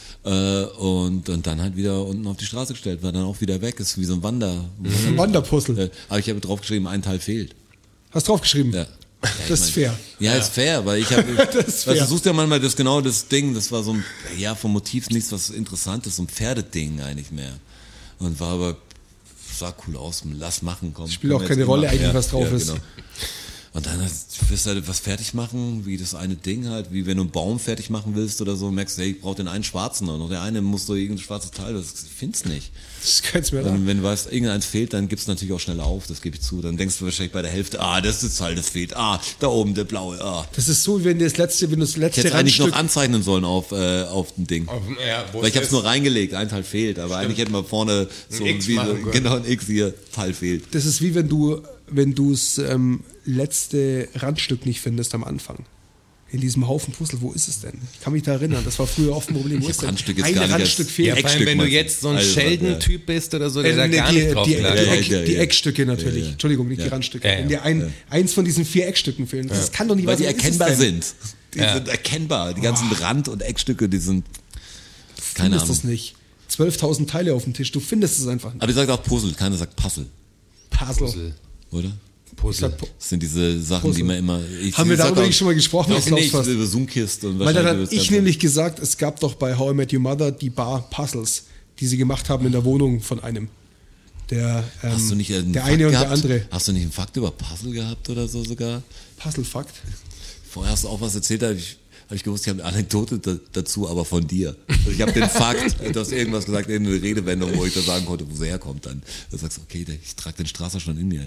Und dann halt wieder unten auf die Straße gestellt, war dann auch wieder weg. Ist wie so ein Ein Wanderpuzzle. Aber ich habe draufgeschrieben, ein Teil fehlt. Hast draufgeschrieben? Ja. Das ist fair. Ja, ist fair, weil ich habe, Das ist weißt, fair. du suchst ja manchmal das Ding, das war so ein, ja, vom Motiv nichts was Interessantes, so ein Pferdeding eigentlich mehr. Und war aber, sah cool aus, lass machen, komm. Spielt auch können wir keine jetzt Rolle machen. eigentlich, was drauf ist. Und dann wirst du halt was fertig machen, wie das eine Ding halt, wie wenn du einen Baum fertig machen willst oder so, merkst du, hey, ich brauche den einen schwarzen und noch der eine muss so irgendein schwarzes Teil, das findest nicht. Das ist keins mehr da. Und wenn du weißt, irgendeins fehlt, dann gibst du natürlich auch schnell auf, das gebe ich zu. Dann denkst du wahrscheinlich bei der Hälfte, das ist das Teil, das fehlt. Da oben der blaue, Das ist so, wenn du das letzte Ich hätte eigentlich noch Randstück... anzeichnen sollen auf dem Ding. Ja, wo Weil ich habe es ist nur reingelegt, ein Teil fehlt, aber eigentlich hätten wir vorne so X wie machen so, können. genau ein X hier, Teil fehlt. Das ist wie wenn du das letzte Randstück nicht findest am Anfang. In diesem Haufen Puzzle, wo ist es denn? Ich kann mich da erinnern, das war früher oft ein Problem. Wo Ich ist hab denn? Randstück jetzt Ein gar nicht als- Randstück Ja, fehlt. vor allem, Eckstück wenn du meinst du? jetzt so ein Also, Sheldon-Typ bist oder so, der da Nee, gar nicht drauf die klar die ja. Eckstücke natürlich. Ja. Entschuldigung, nicht die Randstücke. Ja, ja. Wenn dir eins von diesen 4 Eckstücken fehlen, das kann doch nicht Weil wahr die sein. Was ist es erkennbar denn? sind. Die Ja. sind erkennbar. Die ganzen Rand- und Eckstücke, die sind, Du keine findest Ahnung. es nicht. 12.000 Teile auf dem Tisch, du findest es einfach nicht. Aber ihr sagt auch Puzzle, keiner sagt Puzzle, Puzzle. oder? Puzzle. Das sind diese Sachen, Puzzle. die man immer... Haben wir darüber nicht schon mal gesprochen? Weiß Was ich nicht, glaubst du? über Zoomkist und Weil dann wahrscheinlich habe über das ich Ganze. nämlich gesagt, es gab doch bei How I Met Your Mother die Bar Puzzles, die sie gemacht haben in der Wohnung von einem. Der, Hast du nicht einen der Fakt eine und gehabt? der andere. Hast du nicht einen Fakt über Puzzle gehabt oder so sogar? Puzzle-Fakt. Vorher hast du auch was erzählt, habe ich gewusst, ich habe eine Anekdote dazu, aber von dir. Also ich habe den Fakt, du hast irgendwas gesagt, irgendeine Redewendung, wo ich da sagen konnte, wo sie herkommt dann. Du sagst, okay, ich trage den Strasser schon in mir.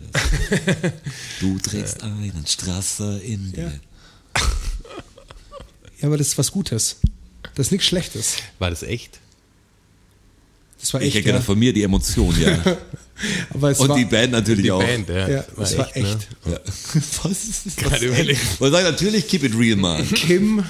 Du trägst einen Strasser in dir. Ja, aber das ist was Gutes. Das ist nichts Schlechtes. War das echt? Das war Ich echt. hätte gedacht, von mir die Emotion, ja. Aber es Und war, die Band natürlich auch. Band, ja. ja, es war echt. ne? Ja. Was ist das? Gerade überlegt. Man sagt natürlich, keep it real, man. Kim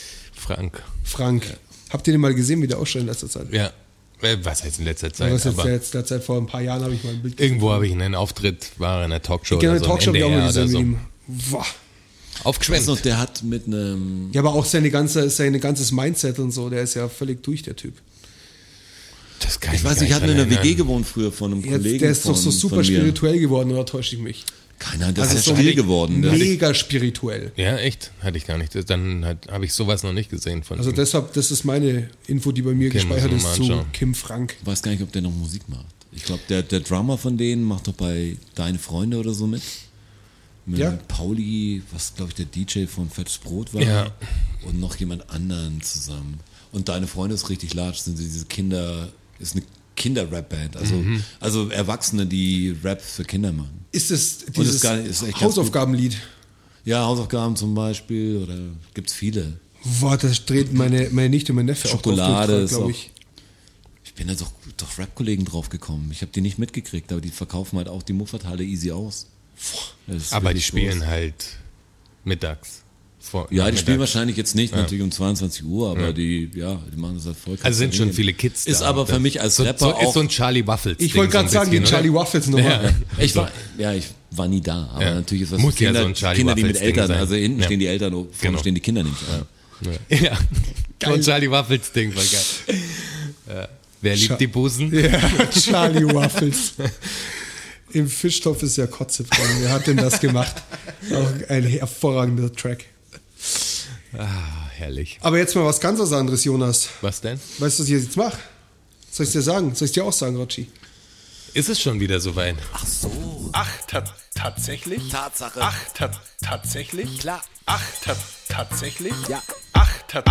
Frank. Habt ihr den mal gesehen, wie der ausschaut in letzter Zeit? Ja. Was heißt in letzter Zeit? Was jetzt Aber derzeit vor ein paar Jahren habe ich mal ein Bild gesehen. irgendwo habe ich einen Auftritt, war in einer Talkshow Genau, oder eine so, Talkshow habe ich auch mal NDR gesehen oder mit so. ihm. Boah. Weißt du noch, Aufgeschwemmt. der hat mit einem... Ja, aber auch sein ganzes Mindset und so, der ist ja völlig durch, der Typ. Das kann Ich weiß mich nicht, ich gar hatte in der erinnern. WG gewohnt früher von einem Jetzt, Kollegen der ist doch so von super mir. spirituell geworden, oder täusche ich mich? Keiner, der Also ist so still geworden. Der- Mega spirituell. Ja, echt? Hatte ich gar nicht. Dann habe ich sowas noch nicht gesehen von Also ihm. deshalb, das ist meine Info, die bei mir Okay, gespeichert muss man ist mal zu anschauen. Kim Frank. Ich weiß gar nicht, ob der noch Musik macht. Ich glaube, der Drummer von denen macht doch bei Deine Freunde oder so mit. Mit Ja. Pauli, was glaube ich der DJ von Fettes Brot war. Ja. Und noch jemand anderen zusammen. Und Deine Freunde ist richtig large, sind diese ist eine Kinder-Rap-Band. Also Erwachsene, die Rap für Kinder machen. Ist es ist dieses echt ganz Hausaufgabenlied? Ja, Hausaufgaben zum Beispiel oder gibt's viele. Boah, das dreht meine Nichte und mein Neffe Schokolade auch drauf, ist glaube auch- ich. Ich bin da doch Rap-Kollegen drauf gekommen. Ich habe die nicht mitgekriegt, aber die verkaufen halt auch die Muffathalle easy aus. Das ist Aber die richtig spielen groß. halt mittags. Ja, die spielen nachmittags. wahrscheinlich jetzt nicht natürlich um 22 Uhr, aber die machen das halt voll. Also sind schon viele Kids da. Ist aber für mich als Rapper so, auch... ist so ein Charlie Waffles. Ich wollte gerade sagen, die Charlie Waffles Nummer. ich war nie da, aber Ja. natürlich ist das Muss für ja Kinder, so ein Charlie Kinder die mit Waffles-Ding Eltern, sein. also hinten Ja. stehen die Eltern, vorne Genau. stehen die Kinder nicht an. Ja, so ein Charlie Waffles Ding war geil. Ja. Wer liebt die Busen? Ja, Charlie Waffles. Im Fischtopf ist ja Kotze drin. Wer hat denn das gemacht? Auch ein hervorragender Track. Ah, herrlich. Aber jetzt mal was ganz was anderes, Jonas. Was denn? Weißt du, was ich jetzt mache? Soll ich dir sagen? Soll ich dir auch sagen, Rotschi? Ist es schon wieder soweit? Ach so. Ach, tatsächlich? Tatsache. Ach, tatsächlich? Klar. Ach, tatsächlich? Ja. Ach,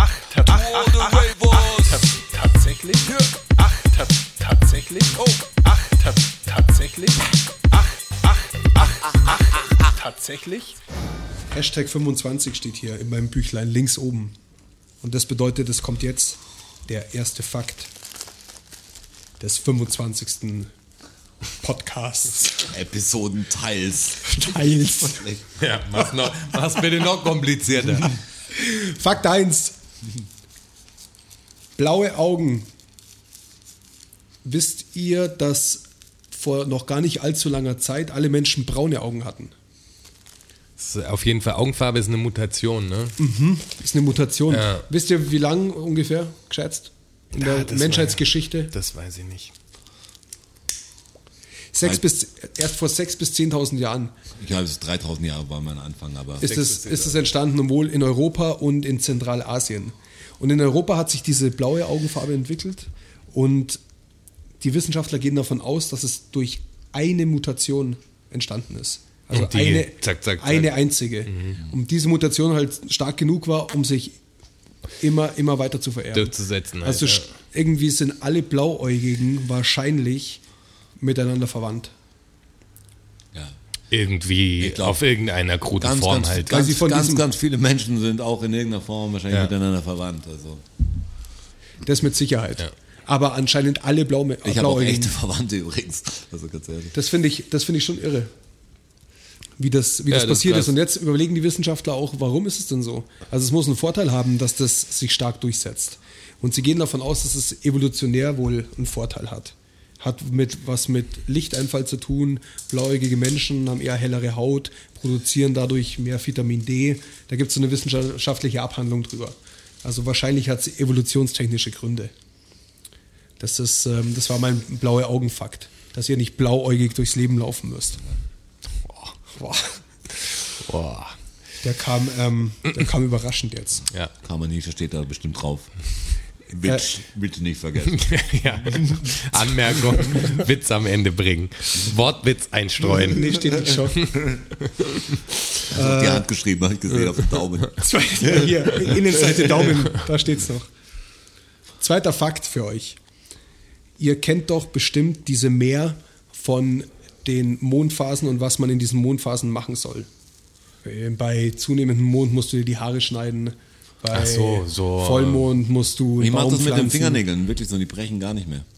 tatsächlich? Ach, tatsächlich? Oh. Ach, tatsächlich? Ach, tatsächlich? Hashtag 25 steht hier in meinem Büchlein links oben. Und das bedeutet, es kommt jetzt der erste Fakt des 25. Podcasts. Episodenteils. Teils. Ja, mach's bitte noch komplizierter. Fakt 1. Blaue Augen. Wisst ihr, dass vor noch gar nicht allzu langer Zeit alle Menschen braune Augen hatten? Auf jeden Fall, Augenfarbe ist eine Mutation, ne? Ist eine Mutation. Ja. Wisst ihr, wie lang ungefähr, geschätzt? In der das Menschheitsgeschichte? Das weiß ich nicht. Erst vor 6.000 bis 10.000 Jahren Ich glaube, es ist 3000 Jahre war mein Anfang, aber ist es entstanden, wohl in Europa und in Zentralasien. Und in Europa hat sich diese blaue Augenfarbe entwickelt und die Wissenschaftler gehen davon aus, dass es durch eine Mutation entstanden ist. Also Und die eine einzige. Und diese Mutation halt stark genug war, um sich immer weiter zu vererben. Durchzusetzen. Also halt, irgendwie sind alle Blauäugigen wahrscheinlich miteinander verwandt. ja. Irgendwie Ich glaub, auf irgendeiner kruden Form halt. Ganz viele Menschen sind auch in irgendeiner Form wahrscheinlich miteinander verwandt. Also. Das mit Sicherheit. Ja. Aber anscheinend alle Ich habe auch Blauäugigen. echte Verwandte übrigens. Also ganz ehrlich. Das finde ich schon irre, wie das das passiert krass. ist. Und jetzt überlegen die Wissenschaftler auch, warum ist es denn so? Also es muss einen Vorteil haben, dass das sich stark durchsetzt. Und sie gehen davon aus, dass es evolutionär wohl einen Vorteil hat. Hat was mit Lichteinfall zu tun. Blauäugige Menschen haben eher hellere Haut, produzieren dadurch mehr Vitamin D. Da gibt es so eine wissenschaftliche Abhandlung drüber. Also wahrscheinlich hat es evolutionstechnische Gründe. Das war mein blaue Augenfakt, dass ihr nicht blauäugig durchs Leben laufen müsst. Boah. Boah. Der kam überraschend jetzt. Ja. Kann man nicht, steht da bestimmt drauf. Bitte nicht vergessen. Ja. Anmerkung, Witz am Ende bringen. Wortwitz einstreuen. Nee, steht nicht schon. Die Hand geschrieben, habe ich gesehen auf dem Daumen. Hier, Innenseite Daumen, da steht's noch. Zweiter Fakt für euch. Ihr kennt doch bestimmt diese Mehr von den Mondphasen und was man in diesen Mondphasen machen soll. Bei zunehmendem Mond musst du dir die Haare schneiden. Bei Ach so. Vollmond musst du Ich einen mache Baum das mit den pflanzen. Fingernägeln, wirklich so, die brechen gar nicht mehr.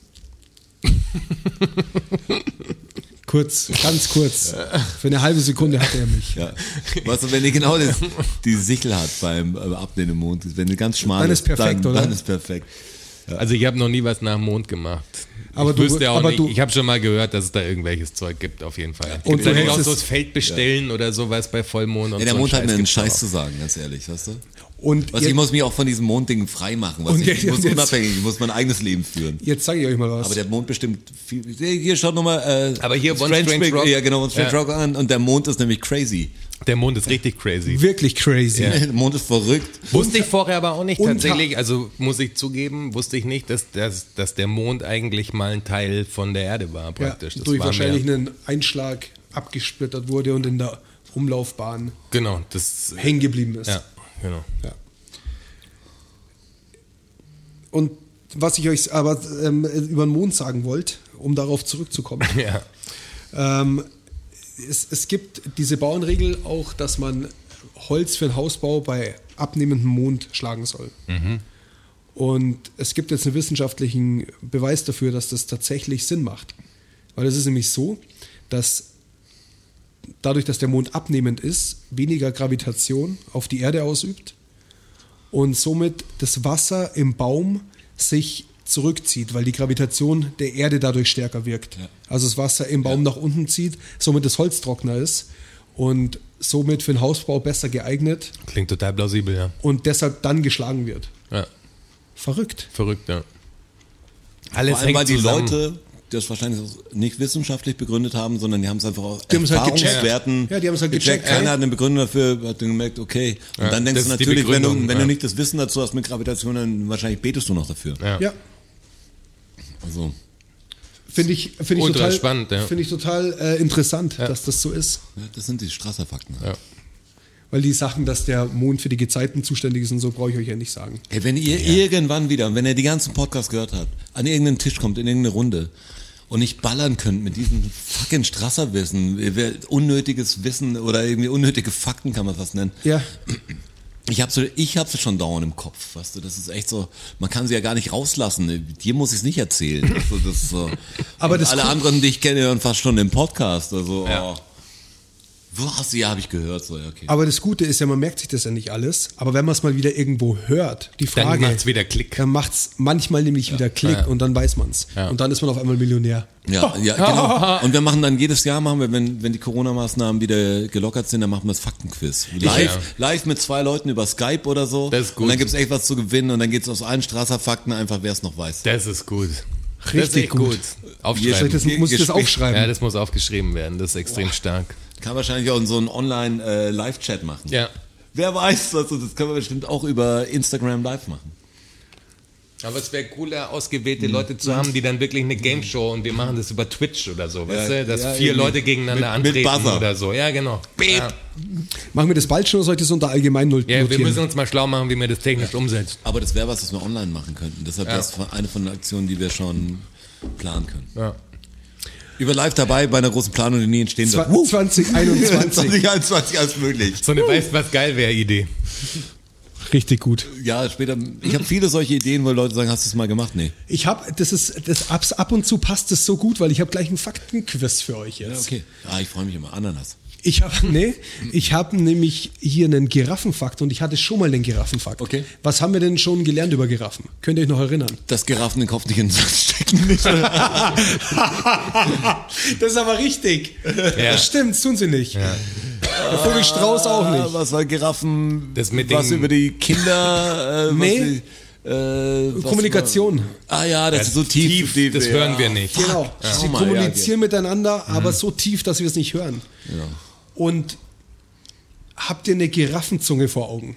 Ganz kurz. Für eine halbe Sekunde hatte er mich. Ja. Weißt du, wenn ihr genau die Sichel hat beim Abnehmen im Mond, wenn die ganz schmal Dann ist perfekt, oder? Dann ist perfekt. Also ich habe noch nie was nach dem Mond gemacht. Aber ich wüsste auch nicht, du, ich habe schon mal gehört, dass es da irgendwelches Zeug gibt, auf jeden Fall. Und Und du dann hältst auch es- so das Feld bestellen oder sowas bei Vollmond und Ja, der so Mond hat mir einen gibt's Scheiß auch. zu sagen, ganz ehrlich, weißt du? und Ich muss mich auch von diesem Mondding frei machen. Und Ich muss jetzt- unabhängig, ich muss mein eigenes Leben führen. jetzt sage ich euch mal was. Aber der Mond bestimmt viel. Hier schaut nochmal. Aber hier One Strange Big, Rock. Ja, genau, One Strange Ja. Rock an. Und der Mond ist nämlich crazy. Der Mond ist richtig crazy. Wirklich crazy. Der Mond ist verrückt. Wusste ich vorher aber auch nicht und- tatsächlich, also muss ich zugeben, wusste ich nicht, dass der Mond eigentlich mal ein Teil von der Erde war Ja, praktisch. Das durch war wahrscheinlich mehr, einen Einschlag abgesplittert wurde und in der Umlaufbahn genau, das hängen geblieben ist. ja, genau. Ja. Und was ich euch aber über den Mond sagen wollte, um darauf zurückzukommen. Ja. Es gibt diese Bauernregel auch, dass man Holz für den Hausbau bei abnehmendem Mond schlagen soll. Und es gibt jetzt einen wissenschaftlichen Beweis dafür, dass das tatsächlich Sinn macht. Weil es ist nämlich so, dass dadurch, dass der Mond abnehmend ist, weniger Gravitation auf die Erde ausübt und somit das Wasser im Baum sich zurückzieht, weil die Gravitation der Erde dadurch stärker wirkt. Ja. Also das Wasser im Baum nach unten zieht, somit das Holz trockener ist und somit für den Hausbau besser geeignet Klingt total plausibel, ja. und deshalb dann geschlagen wird. Ja, Verrückt. verrückt, ja. Alles Vor allem, weil hängt die zusammen. Leute das wahrscheinlich nicht wissenschaftlich begründet haben, sondern die haben es einfach aus Die haben es halt gecheckt. Erfahrungswerten Ja, die haben es halt gecheckt. Keiner hat eine Begründung dafür, hat dann gemerkt, okay. Und Ja, dann denkst das du ist die natürlich, wenn Begründung, du nicht das Wissen dazu hast mit Gravitation, dann wahrscheinlich betest du noch dafür. Ja. Also, Finde ich Ultra total spannend, ja. Finde ich total interessant, dass das so ist. ja, das sind die Strasser-Fakten. Ja. Weil die Sachen, dass der Mond für die Gezeiten zuständig ist und so, brauche ich euch ja nicht sagen. Hey, wenn ihr irgendwann wieder, wenn ihr die ganzen Podcasts gehört habt, an irgendeinen Tisch kommt, in irgendeine Runde und nicht ballern könnt mit diesem fucking Strasser-Wissen, unnötiges Wissen oder irgendwie unnötige Fakten kann man fast nennen. Ja. Ich hab sie schon dauernd im Kopf, weißt du, das ist echt so, man kann sie ja gar nicht rauslassen, dir muss ich es nicht erzählen. Also das ist so. Aber und das alle anderen, die ich kenne, hören fast schon im Podcast, also, Ja. was, ja, habe ich gehört, so, ja, okay. Aber das Gute ist ja, man merkt sich das ja nicht alles, aber wenn man es mal wieder irgendwo hört, die Dann Frage, macht's wieder Klick. dann macht es manchmal nämlich wieder Klick und dann weiß man es. Ja. Und dann ist man auf einmal Millionär. Ja, genau. Und wir machen dann jedes Jahr, wenn die Corona-Maßnahmen wieder gelockert sind, dann machen wir das Faktenquiz. Live mit 2 Leuten über Skype oder so. Das ist gut. Und dann gibt's echt was zu gewinnen und dann geht's aus allen Strasser-Fakten einfach, wer es noch weiß. Das ist gut. Das ist Richtig echt gut. Aufschreiben. Muss ich das aufschreiben? Ja, das muss aufgeschrieben werden. Das ist extrem stark. Kann wahrscheinlich auch in so einen Online-Live-Chat machen. Ja. Wer weiß, also das können wir bestimmt auch über Instagram live machen. Aber es wäre cooler, ausgewählte Leute zu haben, die dann wirklich eine Game-Show und wir machen das über Twitch oder so, weißt du? Dass 4 irgendwie Leute gegeneinander mit antreten Buzzer. oder so. Ja, genau. Ja. Machen wir das bald schon oder soll ich das unter allgemein notieren? Ja, wir müssen uns mal schlau machen, wie man das technisch umsetzt. Aber das wäre was wir online machen könnten. Deshalb wäre es eine von den Aktionen, die wir schon planen können. Ja. Über live dabei bei einer großen Planung, die nie entstehen wird. 2021. 2021 alles möglich. So eine weißt was geil wäre Idee. Richtig gut. Ja, später. Ich habe viele solche Ideen, wo Leute sagen, hast du es mal gemacht? Nee. Ich habe, ab und zu passt es so gut, weil ich habe gleich einen Faktenquiz für euch jetzt. Okay. Ah, ich freue mich immer. Ananas. Ich habe nämlich hier einen Giraffenfakt und ich hatte schon mal einen Giraffenfakt. Okay. Was haben wir denn schon gelernt über Giraffen? Könnt ihr euch noch erinnern? Dass Giraffen den Kopf nicht in den Sand stecken. Nicht. Das ist aber richtig. Ja. Das stimmt, tun sie nicht. Ja. Der Vogelstrauß auch nicht. Was war Giraffen? Das mit was den- über die Kinder? Nee. Kommunikation. Ja, das ist so tief. Das hören wir nicht. Genau. Sie mal, kommunizieren miteinander, aber so tief, dass wir es nicht hören. Ja. Und habt ihr eine Giraffenzunge vor Augen?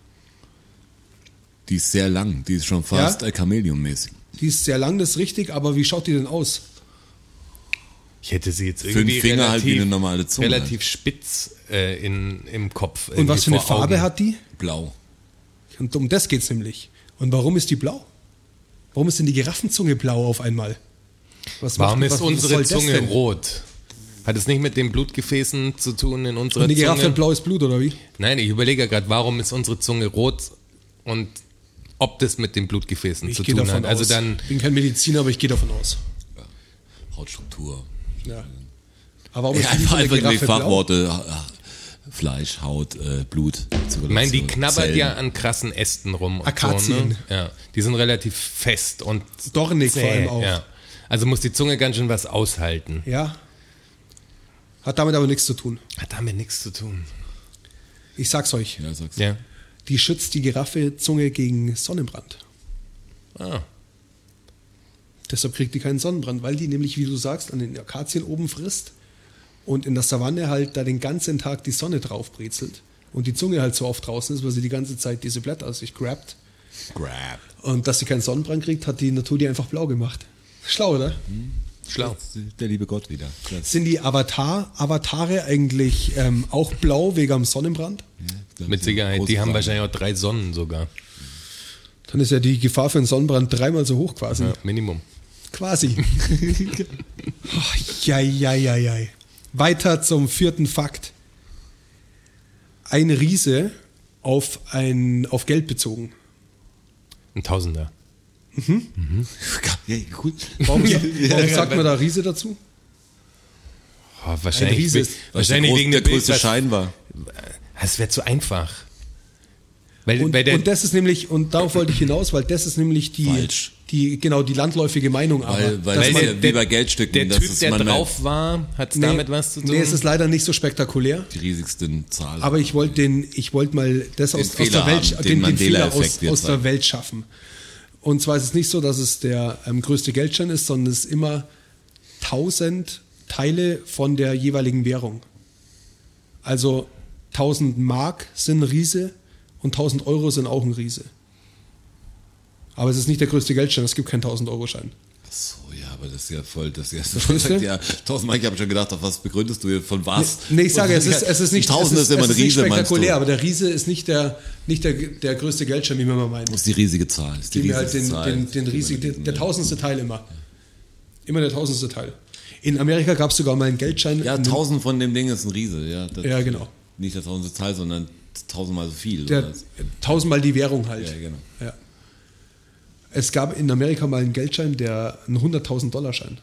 Die ist sehr lang. Die ist schon fast Chamäleon-mäßig. Die ist sehr lang, das ist richtig, aber wie schaut die denn aus? Ich hätte sie jetzt irgendwie 5 Finger halt wie eine normale Zunge. relativ spitz im Kopf. Und was für eine irgendwie vor Farbe Augen. hat die? Blau. Und um das geht's nämlich. Und warum ist die blau? Warum ist denn die Giraffenzunge blau auf einmal? Warum ist was unsere soll das Zunge denn? rot? Hat es nicht mit den Blutgefäßen zu tun in unserer Und die Giraffe Zunge? hat blaues Blut, oder wie? Nein, ich überlege gerade, warum ist unsere Zunge rot und ob das mit den Blutgefäßen Ich zu gehe tun davon hat. Also aus. dann, Ich bin kein Mediziner, aber ich gehe davon aus. Hautstruktur. Ja. Aber warum Ja, ist die von der einfach die Giraffe blau? Fachworte. Fleisch, Haut, Blut. ich meine, die knabbert Zellen. ja an krassen Ästen rum. und Akazien. So, ne? Ja, die sind relativ fest und Dornig vor allem auch. Ja. Also muss die Zunge ganz schön was aushalten. Ja. Hat damit aber nichts zu tun. Hat damit nichts zu tun. Ich sag's euch. Ja, sagst du. Ja. Die schützt die Giraffezunge gegen Sonnenbrand. Ah. Deshalb kriegt die keinen Sonnenbrand, weil die nämlich, wie du sagst, an den Akazien oben frisst und in der Savanne halt da den ganzen Tag die Sonne drauf brezelt und die Zunge halt so oft draußen ist, weil sie die ganze Zeit diese Blätter aus sich grabt. Grab. Und dass sie keinen Sonnenbrand kriegt, hat die Natur die einfach blau gemacht. Schlau, oder? Schlau. Der liebe Gott wieder. Klasse. Sind die Avatare eigentlich auch blau wegen am Sonnenbrand? Mit Sicherheit. Die haben wahrscheinlich auch 3 Sonnen sogar. Dann ist ja die Gefahr für einen Sonnenbrand 3-mal so hoch quasi. Ja, Minimum. Quasi. Jai. Weiter zum 4. Fakt. Ein Riese auf Geld bezogen. Ein Tausender. Ja, gut. Warum sagt man da Riese dazu? Oh, wahrscheinlich Riese ist- wahrscheinlich wegen der dem größte Bild, Schein war. Das wäre zu einfach. Weil, Und, weil der, und das ist nämlich, und darauf wollte ich hinaus, weil das ist nämlich Falsch. die landläufige Meinung. Aber Weil dass das man- ist ja wie bei Geldstücken. der das Typ, ist der manchmal drauf war, hat es Nee, damit was zu tun? Nee, es ist leider nicht so spektakulär. die riesigsten Zahlen. Aber ich wollte mal das aus Fehler der Welt, haben, den den Fehler Mandela-Effekt aus jetzt der Welt schaffen. Und zwar ist es nicht so, dass es der größte Geldschein ist, sondern es ist immer 1000 Teile von der jeweiligen Währung. Also 1000 Mark sind ein Riese und 1000 Euro sind auch ein Riese. Aber es ist nicht der größte Geldschein, es gibt keinen 1000-Euro-Schein. So, ja, aber das ist ja voll, das erste Verstehst du? ja, 1000 Mark, ich habe schon gedacht, auf was begründest du hier, von was? Nee, ich sage, es ist nicht, 1000 ist immer ein es ist nicht Riese, meinst du? spektakulär, aber der Riese ist nicht der größte Geldschein, wie man mal meint. Das ist die riesige Zahl. Das ist die Gib mir halt riesige Zahl. den riesigen, der tausendste Teil immer. Immer der tausendste Teil. In Amerika gab es sogar mal einen Geldschein. Ja, 1000 von dem Ding ist ein Riese, ja. Das Ja, genau. Nicht der tausendste Zahl, sondern 1000-mal so viel. Der, oder? 1000-mal die Währung halt. Ja, genau. Ja. Es gab in Amerika mal einen Geldschein, der ein 100.000 $ Schein.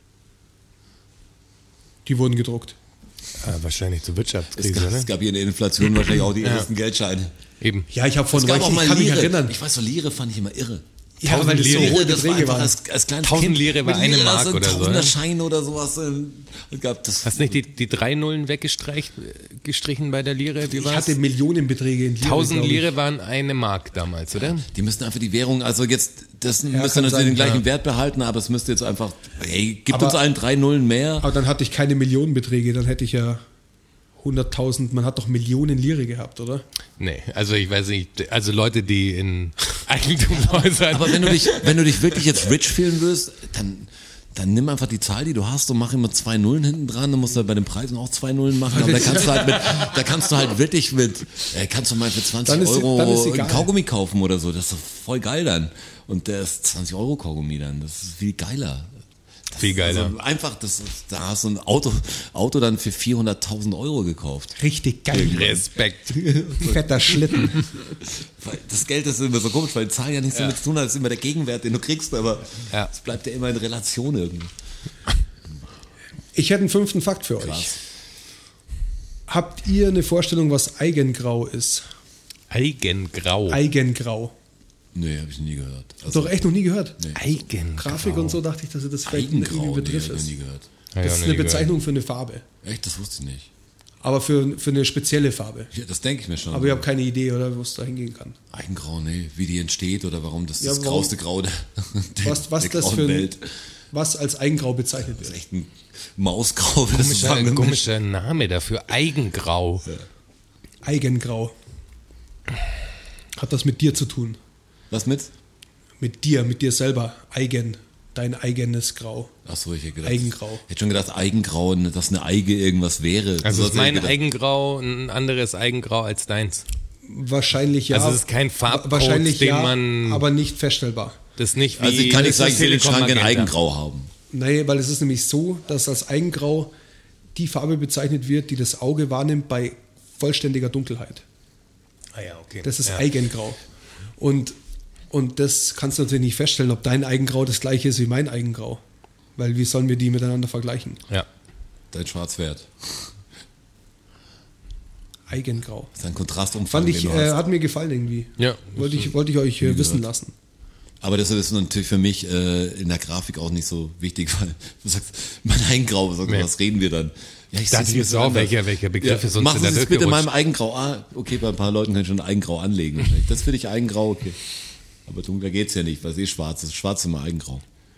Die wurden gedruckt. Wahrscheinlich zur Wirtschaftskrise, Es ne? gab hier in der Inflation wahrscheinlich auch die ersten Geldscheine. Eben. Ja, ich habe von Es gab euch, auch ich mal kann mich Lire. erinnern. Ich weiß, so Lire fand ich immer irre. Ja, weil das so Lire. hohe Das war Beträge einfach waren. als kleines 1000 Kind. Lire war mit eine Lire, Mark so oder so, Tausender ne? Schein oder sowas. Gab das. Hast nicht die 3 Nullen weggestrichen bei der Lire? Wie Ich war's? hatte Millionenbeträge in Lire. 1000 glaub ich. Lire waren eine Mark damals, oder? Die müssten einfach die Währung, also jetzt, das müsste kann natürlich sein, den gleichen ja. Wert behalten, aber es müsste jetzt einfach, hey, gibt Aber- uns allen 3 Nullen mehr. Aber dann hatte ich keine Millionenbeträge, dann hätte ich ja 100.000, man hat doch Millionen Lire gehabt, oder? Nee, also ich weiß nicht, also Leute, die in Eigentumshäusern... Aber wenn du dich wirklich jetzt rich fühlen willst, dann nimm einfach die Zahl, die du hast und mach immer 2 Nullen hinten dran, dann musst du halt bei den Preisen auch 2 Nullen machen, aber da kannst du halt wirklich kannst du mal für 20 Dann ist Euro egal. einen Kaugummi kaufen oder so, das ist doch voll geil dann. Und der ist 20 Euro Kaugummi dann, das ist viel geiler. Viel geiler. Also einfach, da hast du ein Auto dann für 400.000 Euro gekauft. Richtig geil. Respekt. Fetter Schlitten. Weil das Geld ist immer so komisch, weil die Zahl ja nichts damit zu tun hat, das ist immer der Gegenwert, den du kriegst, aber Ja. es bleibt ja immer in Relation irgendwie. Ich hätte einen 5. Fakt für euch. Krass. Habt ihr eine Vorstellung, was Eigengrau ist? Eigengrau. Eigengrau. Nee, habe ich nie gehört. Also, Doch echt noch nie gehört. Eigengrau. Grafik und so dachte ich, dass das vielleicht ein Eigengrau, nee, Begriff hab ich ist. nie gehört. Das ist eine Bezeichnung für eine Farbe. Echt, das wusste ich nicht. Aber für eine spezielle Farbe. Ja, das denke ich mir schon. Aber ich habe keine Idee, oder wo es da hingehen kann. Eigengrau, nee, wie die entsteht oder warum das Ja, das warum- grauste Grau der Was der das grauen für ein, Welt. was als Eigengrau bezeichnet Das ist wird. echt ein Mausgrau. Das ist Komischer Name dafür. Eigengrau. Eigengrau. Hat das mit dir zu tun? Was mit? Mit dir selber. Dein eigenes Grau. Achso, ich hätte gedacht. Eigengrau. Ich hätte schon gedacht, Eigengrau, dass eine Eige irgendwas wäre. Also So ist mein hätte ich gedacht. Eigengrau ein anderes Eigengrau als deins. Wahrscheinlich ja. Also es ist kein Farbcode, Wahrscheinlich den ja, man- aber nicht feststellbar. Das ist nicht wie Also ich kann nicht das sagen, ich will den Telekom Schrank in Magenta. Eigengrau haben. Nee, weil es ist nämlich so, dass als Eigengrau die Farbe bezeichnet wird, die das Auge wahrnimmt bei vollständiger Dunkelheit. Ah ja, okay. Das ist ja. Eigengrau. Und das kannst du natürlich nicht feststellen, ob dein Eigengrau das gleiche ist wie mein Eigengrau. Weil wie sollen wir die miteinander vergleichen? Ja. Dein Schwarzwert. Eigengrau. Das ist ein Kontrastumfang, Fand ich, den du hast. hat mir gefallen irgendwie. Ja. Wollte ich euch wissen lassen. Aber das ist natürlich für mich in der Grafik auch nicht so wichtig, weil du sagst, mein Eigengrau, Nee. was reden wir dann? Ja, ich Das seh's ist auch, welcher Begriff ist uns Machen in Sie der es bitte in durchgerutscht. meinem Eigengrau. Ah, okay, bei ein paar Leuten kann ich schon ein Eigengrau anlegen. wahrscheinlich. Das finde ich Eigengrau, okay. Aber dunkler geht's ja nicht, weil es eh schwarz ist. Schwarz ist immer Eigengrau.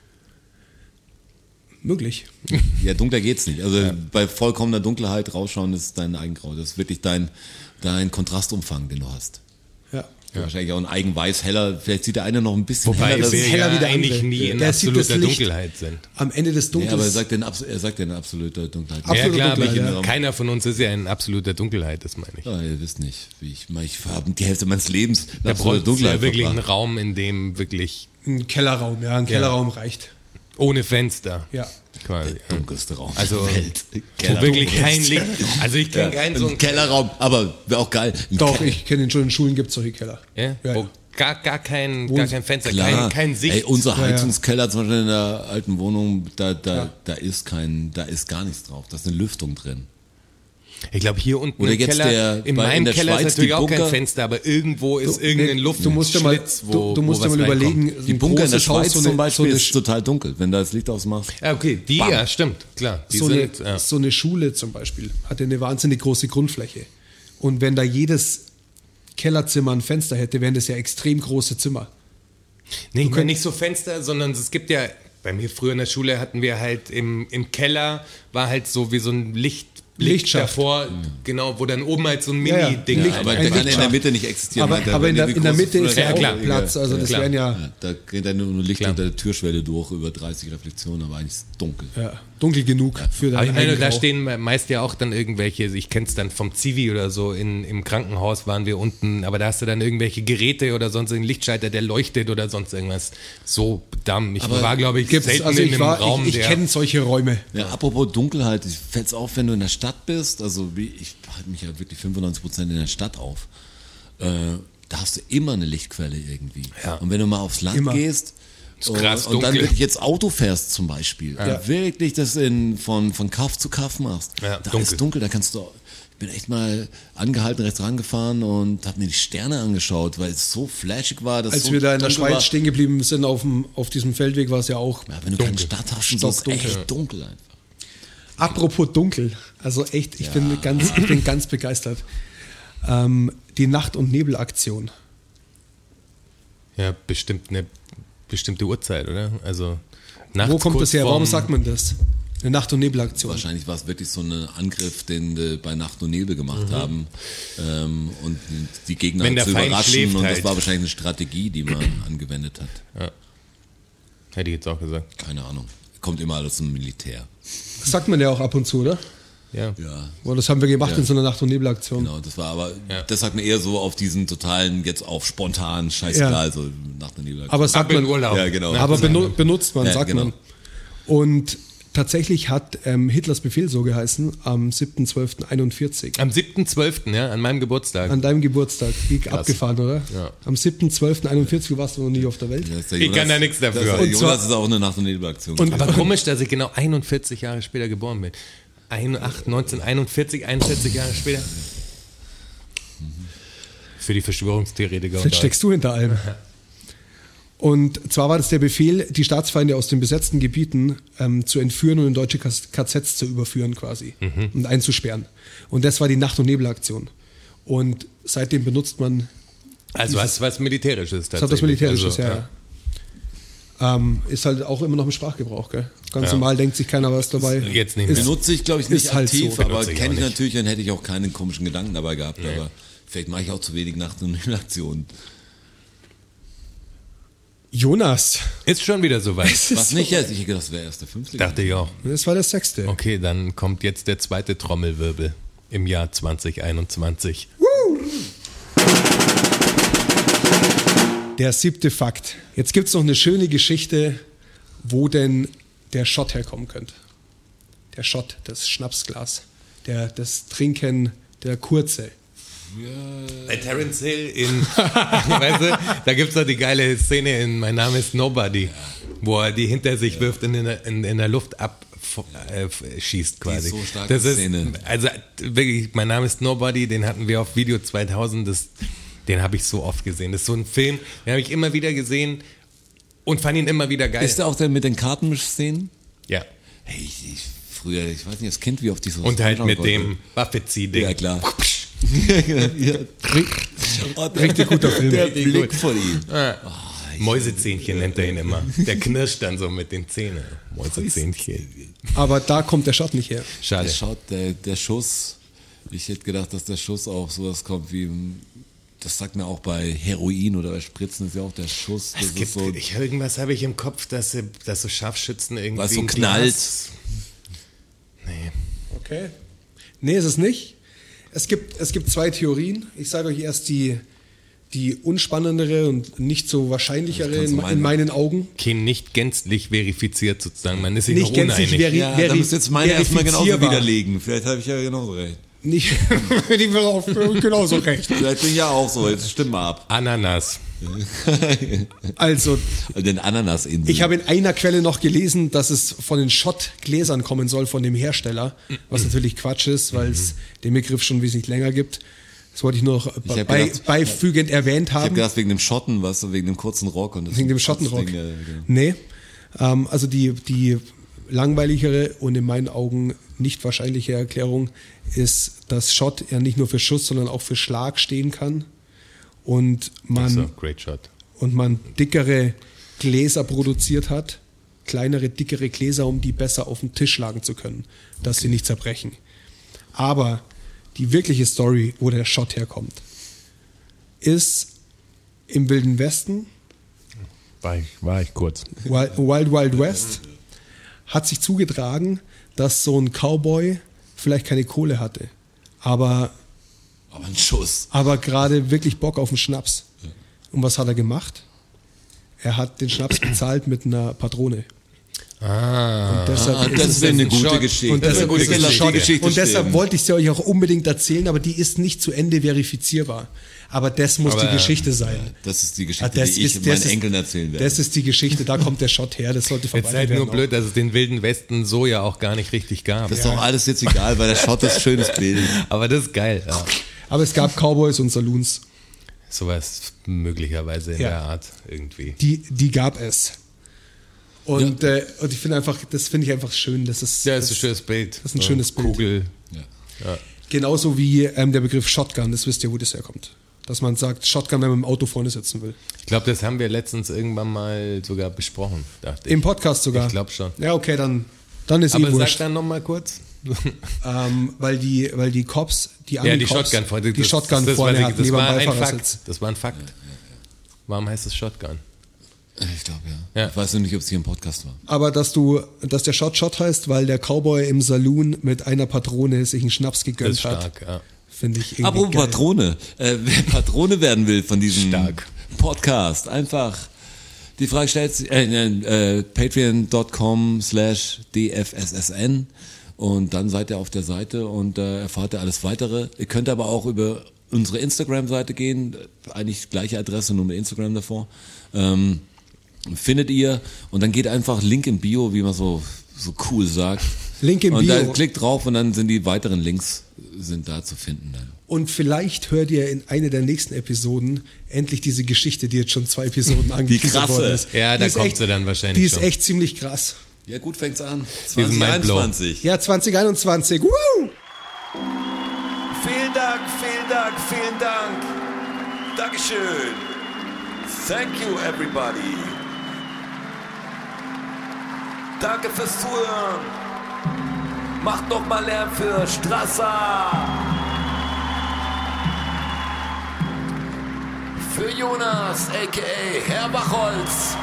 Möglich. Ja, dunkler geht's nicht. Also bei vollkommener Dunkelheit rausschauen ist dein Eigengrau. Das ist wirklich dein Kontrastumfang, den du hast. Ja. Wahrscheinlich auch ein Eigenweiß heller. Vielleicht sieht der eine noch ein bisschen Wobei heller. wir heller wie ja der eigentlich andere. nie in Der sieht das absoluter Licht. Dunkelheit sind. Am Ende des Ja, Dunkels. aber er sagt ja in absoluter Dunkelheit. Ja Absolute klar, aber Dunkelheit, ja. keiner von uns ist ja in absoluter Dunkelheit, das meine ich. Ja, ihr wisst nicht, wie ich habe die Hälfte meines Lebens in Da absoluter braucht es ja wirklich einen verbracht. Raum, in dem wirklich Ein Kellerraum, ja, ein Kellerraum reicht. ohne Fenster Ja. quasi. Der dunkelste Raum Also, der Welt. Wo wirklich kein Licht. Also ich kenne keinen so Ein Kellerraum, aber wäre auch geil. Ein Doch, Keller- ich kenne ihn schon, in Schulen gibt es solche Keller. Ja? Ja, Wo ja. gar kein Fenster, Klar. kein Sicht. Ey, unser Ja, ja. Heizungskeller zum Beispiel in der alten Wohnung, da ist gar nichts drauf. Da ist eine Lüftung drin. Ich glaube, hier unten Oder im jetzt Keller, in in meinem der Keller Schweiz ist natürlich die auch kein Bunker. Fenster, aber irgendwo ist irgendein Du musst dir mal, Luftschlitz, du musst wo dir mal was überlegen, reinkommt. Die ein Bunker in der großes Haus, Schweiz so zum eine, Beispiel so ist total dunkel, wenn du das Licht ausmachst. Ja, okay, die, Bam. ja, stimmt, klar. Die so, sind, eine, so eine Schule zum Beispiel hat ja eine wahnsinnig große Grundfläche. Und wenn da jedes Kellerzimmer ein Fenster hätte, wären das ja extrem große Zimmer. nee, ich meine nicht so Fenster, sondern es gibt ja Bei mir früher in der Schule hatten wir halt im Keller, war halt so wie so ein Lichtschacht davor, genau, wo dann oben halt so ein Mini-Ding Licht- Aber ein der kann in der Lichtschacht. Mitte nicht existieren. Aber in der Mitte ist ja auch klar. Platz, also das wären ja, Ja, da geht dann nur Licht Klar. unter der Türschwelle durch, über 30 Reflexionen, aber eigentlich ist es dunkel. dunkel genug für Aber ich deinen meine, da Eigenrauch. stehen meist ja auch dann irgendwelche, ich kenne es dann vom Zivi oder so, im Krankenhaus waren wir unten, aber da hast du dann irgendwelche Geräte oder sonst einen Lichtschalter, der leuchtet oder sonst irgendwas. So dumm. Ich Aber war, glaube ich, Gibt's, selten also in ich, einem Raum, ich der... kenne solche Räume. Ja, apropos Dunkelheit, fällt es auf, wenn du in der Stadt bist, also ich halte mich ja wirklich 95% in der Stadt auf, da hast du immer eine Lichtquelle irgendwie. Ja. Und wenn du mal aufs Land Immer. gehst Ist krass und dann dunkel. wirklich jetzt Auto fährst zum Beispiel, wirklich das von Kaff zu Kaff machst, Ja, da dunkel. ist dunkel, da kannst du... Ich bin echt mal angehalten, rechts rangefahren und habe mir die Sterne angeschaut, weil es so flashig war. Dass Als so wir da in der dunkel war. Schweiz stehen geblieben sind auf diesem Feldweg, war es ja auch Ja, wenn du keine Stadt hast, und so ist Stockdunkel. echt dunkel einfach. Apropos dunkel, also echt, ich bin ganz begeistert. Die Nacht- und Nebelaktion. Ja, bestimmt eine bestimmte Uhrzeit, oder? Also nachts Wo kommt kurz das her? Warum vorm- sagt man das? Eine Nacht- und Nebelaktion. Wahrscheinlich war es wirklich so ein Angriff, den wir bei Nacht und Nebel gemacht haben und die Gegner Wenn der zu Feind überraschen. schläft Und das halt. war wahrscheinlich eine Strategie, die man angewendet hat. Hätte ich jetzt auch gesagt. Keine Ahnung. Kommt immer alles zum Militär. Das sagt man ja auch ab und zu, oder? Ja. Ja, Boah, das haben wir gemacht Ja. in so einer Nacht- und Nebelaktion. genau. Das war aber, Ja. das sagt man eher so auf diesen totalen, jetzt auf spontan, scheißegal, Ja. so Nacht und Nebel. Aber sagt Ab in man, Urlaub. Ja, genau. aber benutzt man, Ja, sagt genau. man. Und tatsächlich hat Hitlers Befehl so geheißen, am 7.12.41. Am 7.12., ja, an meinem Geburtstag. An deinem Geburtstag. Wie abgefahren, oder? Ja. Am 7.12.41 warst du noch nie auf der Welt. Das ist der Ich kann da nichts dafür. Der Und Jonas zwar- ist auch eine Nacht und Nebelaktion. Und- Aber komisch, dass ich genau 41 Jahre später geboren bin. 1941, 41 Jahre später. Für die Verschwörungstheoretiker. Vielleicht steckst du hinter allem. Und zwar war das der Befehl, die Staatsfeinde aus den besetzten Gebieten zu entführen und in deutsche KZs zu überführen quasi und einzusperren. Und das war die Nacht- und Nebelaktion. Und seitdem benutzt man, Also was Militärisches das hat was Militärisches, also, ja. Ist halt auch immer noch im Sprachgebrauch, gell? Ganz Ja. normal denkt sich keiner was dabei. Jetzt nicht mehr. Benutze ich, glaube ich, nicht ist halt aktiv, so. aber Benutze ich kenne auch ich nicht. natürlich, dann hätte ich auch keinen komischen Gedanken dabei gehabt. Aber vielleicht mache ich auch zu wenig Nacht- und Nebelaktionen. Jonas, Ist schon wieder soweit. Was nicht jetzt? Ich hätte gedacht, das wäre erst der 50. Dachte ich auch. das war der 6. Okay, dann kommt jetzt der zweite Trommelwirbel im Jahr 2021. Der 7. Fakt. Jetzt gibt es noch eine schöne Geschichte, wo denn der Shot herkommen könnte. Der Shot, das Schnapsglas. Das Trinken, der kurze. Bei Terence Hill weißt du, da gibt es doch die geile Szene in Mein Name ist Nobody, wo er die hinter sich wirft und in der Luft abschießt quasi. Die ist so starke Das ist, Szene. also wirklich, Mein Name ist Nobody, den hatten wir auf Video 2000, den habe ich so oft gesehen. Das ist so ein Film, den habe ich immer wieder gesehen und fand ihn immer wieder geil. Ist der auch der mit den Kartenmischszenen? Ja. Hey, früher, ich weiß nicht, als Kind, wie oft die so... Und halt mit konnte. dem Waffe-Zieh-Ding. Ja, klar. Richtig guter Film. Der Blick von ihm. Mäusezähnchen nennt er ihn immer. Der knirscht dann so mit den Zähnen. Mäusezähnchen. Aber da kommt der Shot nicht her. Schade. Der Schuss, ich hätte gedacht, dass der Schuss auch sowas kommt wie... Das sagt mir auch bei Heroin oder bei Spritzen ist ja auch der Schuss. Das ist so, Irgendwas habe ich im Kopf, dass so Scharfschützen irgendwie. was so ein knallt. Glas- Nee. Okay. Nee, ist es nicht. Es gibt zwei Theorien. Ich sage euch erst die unspannendere und nicht so wahrscheinlichere Das kannst du in meinen Augen. Okay, nicht gänzlich verifiziert sozusagen. Man ist sich Nicht noch gänzlich uneinig. ja, da müsst ihr jetzt meine erstmal genauso verifizierbar. widerlegen. Vielleicht habe ich ja genauso recht. Nicht, die will auch genauso recht. Vielleicht bin ich ja auch so. Jetzt stimmt mal ab. Ananas. Also, Den Ananasinsel. ich habe in einer Quelle noch gelesen, dass es von den Schottgläsern kommen soll, von dem Hersteller, was natürlich Quatsch ist, weil es den Begriff schon wesentlich länger gibt. Das wollte ich nur noch hab gedacht- beifügend erwähnt Ich habe haben, gedacht, wegen dem Schotten, was, wegen dem kurzen Rock. Und das wegen dem Schottenrock. Ding, genau. Nee, also die langweiligere und in meinen Augen nicht wahrscheinliche Erklärung ist, dass Shot ja nicht nur für Schuss, sondern auch für Schlag stehen kann und So, man great shot. dickere Gläser produziert hat kleinere, dickere Gläser, um die besser auf den Tisch schlagen zu können, dass sie nicht zerbrechen. Aber die wirkliche Story, wo der Shot herkommt, ist im Wilden Westen, War ich kurz. Wild West, hat sich zugetragen, dass so ein Cowboy vielleicht keine Kohle hatte, aber ein Schuss. gerade wirklich Bock auf den Schnaps. Und was hat er gemacht? Er hat den Schnaps bezahlt mit einer Patrone. Und deshalb Das ist eine gute Geschichte. Und deshalb, Das ist eine gute Geschichte und deshalb stehen. wollte ich sie euch auch unbedingt erzählen, aber die ist nicht zu Ende verifizierbar. Aber das muss die Geschichte sein. Das ist die Geschichte, Das die ich ist- meinen das ist- Enkeln erzählen werde. Das ist die Geschichte, da kommt der Shot her, das sollte Jetzt ist verbreitet halt werden. nur blöd, dass es den Wilden Westen so ja auch gar nicht richtig gab. Das ist doch alles jetzt egal, weil der Shot ist ein schönes Bild. Aber das ist geil. Ja. auch. Aber es gab Cowboys und Saloons, Sowas möglicherweise in Ja. der Art irgendwie. die gab es. Und ich finde einfach, das finde ich einfach schön. Das ist, Ja, ist ein schönes Bild. Das ist ein schönes Bild. Kugel. Genauso wie der Begriff Shotgun, das wisst ihr, wo das herkommt. Dass man sagt, Shotgun, wenn man im Auto vorne sitzen will. Ich glaube, das haben wir letztens irgendwann mal sogar besprochen, dachte ich. Im Podcast sogar. Ich glaube schon. Ja, okay, dann ist Aber sag wurscht. dann nochmal kurz. Weil die Cops, die Ja, die Army-Cops, Shotgun vorne. die Shotgun vorne hatten, das neben war dem ein Beifahrersitz. Fakt. Das war ein Fakt. Warum heißt es Shotgun? Ich glaube, ja. Ja. Ich weiß nur nicht, ob es hier im Podcast war. Aber dass der Shot heißt, weil der Cowboy im Saloon mit einer Patrone sich einen Schnaps Das gegönnt ist stark, hat, ja. finde ich irgendwie Apropos geil. Patrone. Wer Patrone werden will von diesem Stark. Podcast, einfach die Frage stellt sich, patreon.com/dfssn und dann seid ihr auf der Seite und erfahrt ihr alles Weitere. Ihr könnt aber auch über unsere Instagram-Seite gehen, eigentlich gleiche Adresse, nur mit Instagram davor. Findet ihr und dann geht einfach Link in Bio, wie man so cool sagt. Link im und Bio. dann klickt drauf und dann sind die weiteren Links sind da zu finden dann. Und vielleicht hört ihr in einer der nächsten Episoden endlich diese Geschichte, die jetzt schon 2 Episoden angeteasert krasse. worden ist. Ja, da Die ist kommt echt- sie dann wahrscheinlich Die ist schon. echt ziemlich krass. Ja, gut fängt's an. Diesen Mindblow. 2021. Ja, 2021. Woo! Vielen Dank, vielen Dank, vielen Dank. Dankeschön. Thank you, everybody. Danke fürs Zuhören. Macht noch mal Lärm für Strasser. Für Jonas, a.k.a. Herr Bachholz.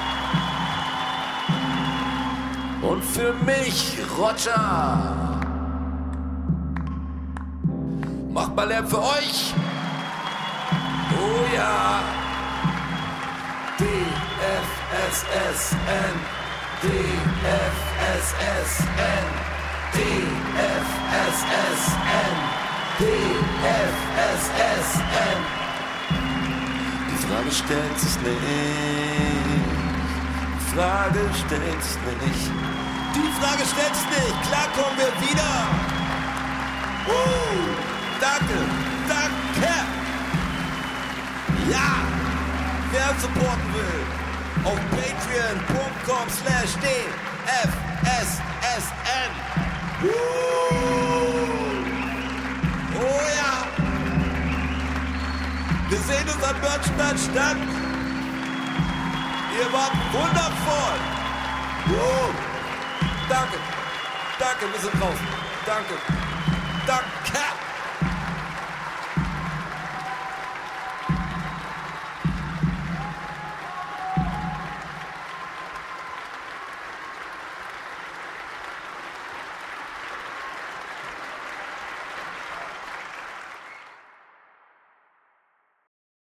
Und für mich, Roger. Macht mal Lärm für euch. Oh ja. DFSSN. DFSSN. DFSSN. DFSSN. Die Frage stellt sich nicht. Die Frage stellt sich nicht. Die Frage stellt sich nicht. Klar kommen wir wieder. Danke, danke. Ja, wer uns supporten will, auf patreon.com/dfssn. Oh ja. Wir sehen uns am Börnstein statt. Ihr wart wundervoll. Danke, danke, wir sind draußen. Danke, danke.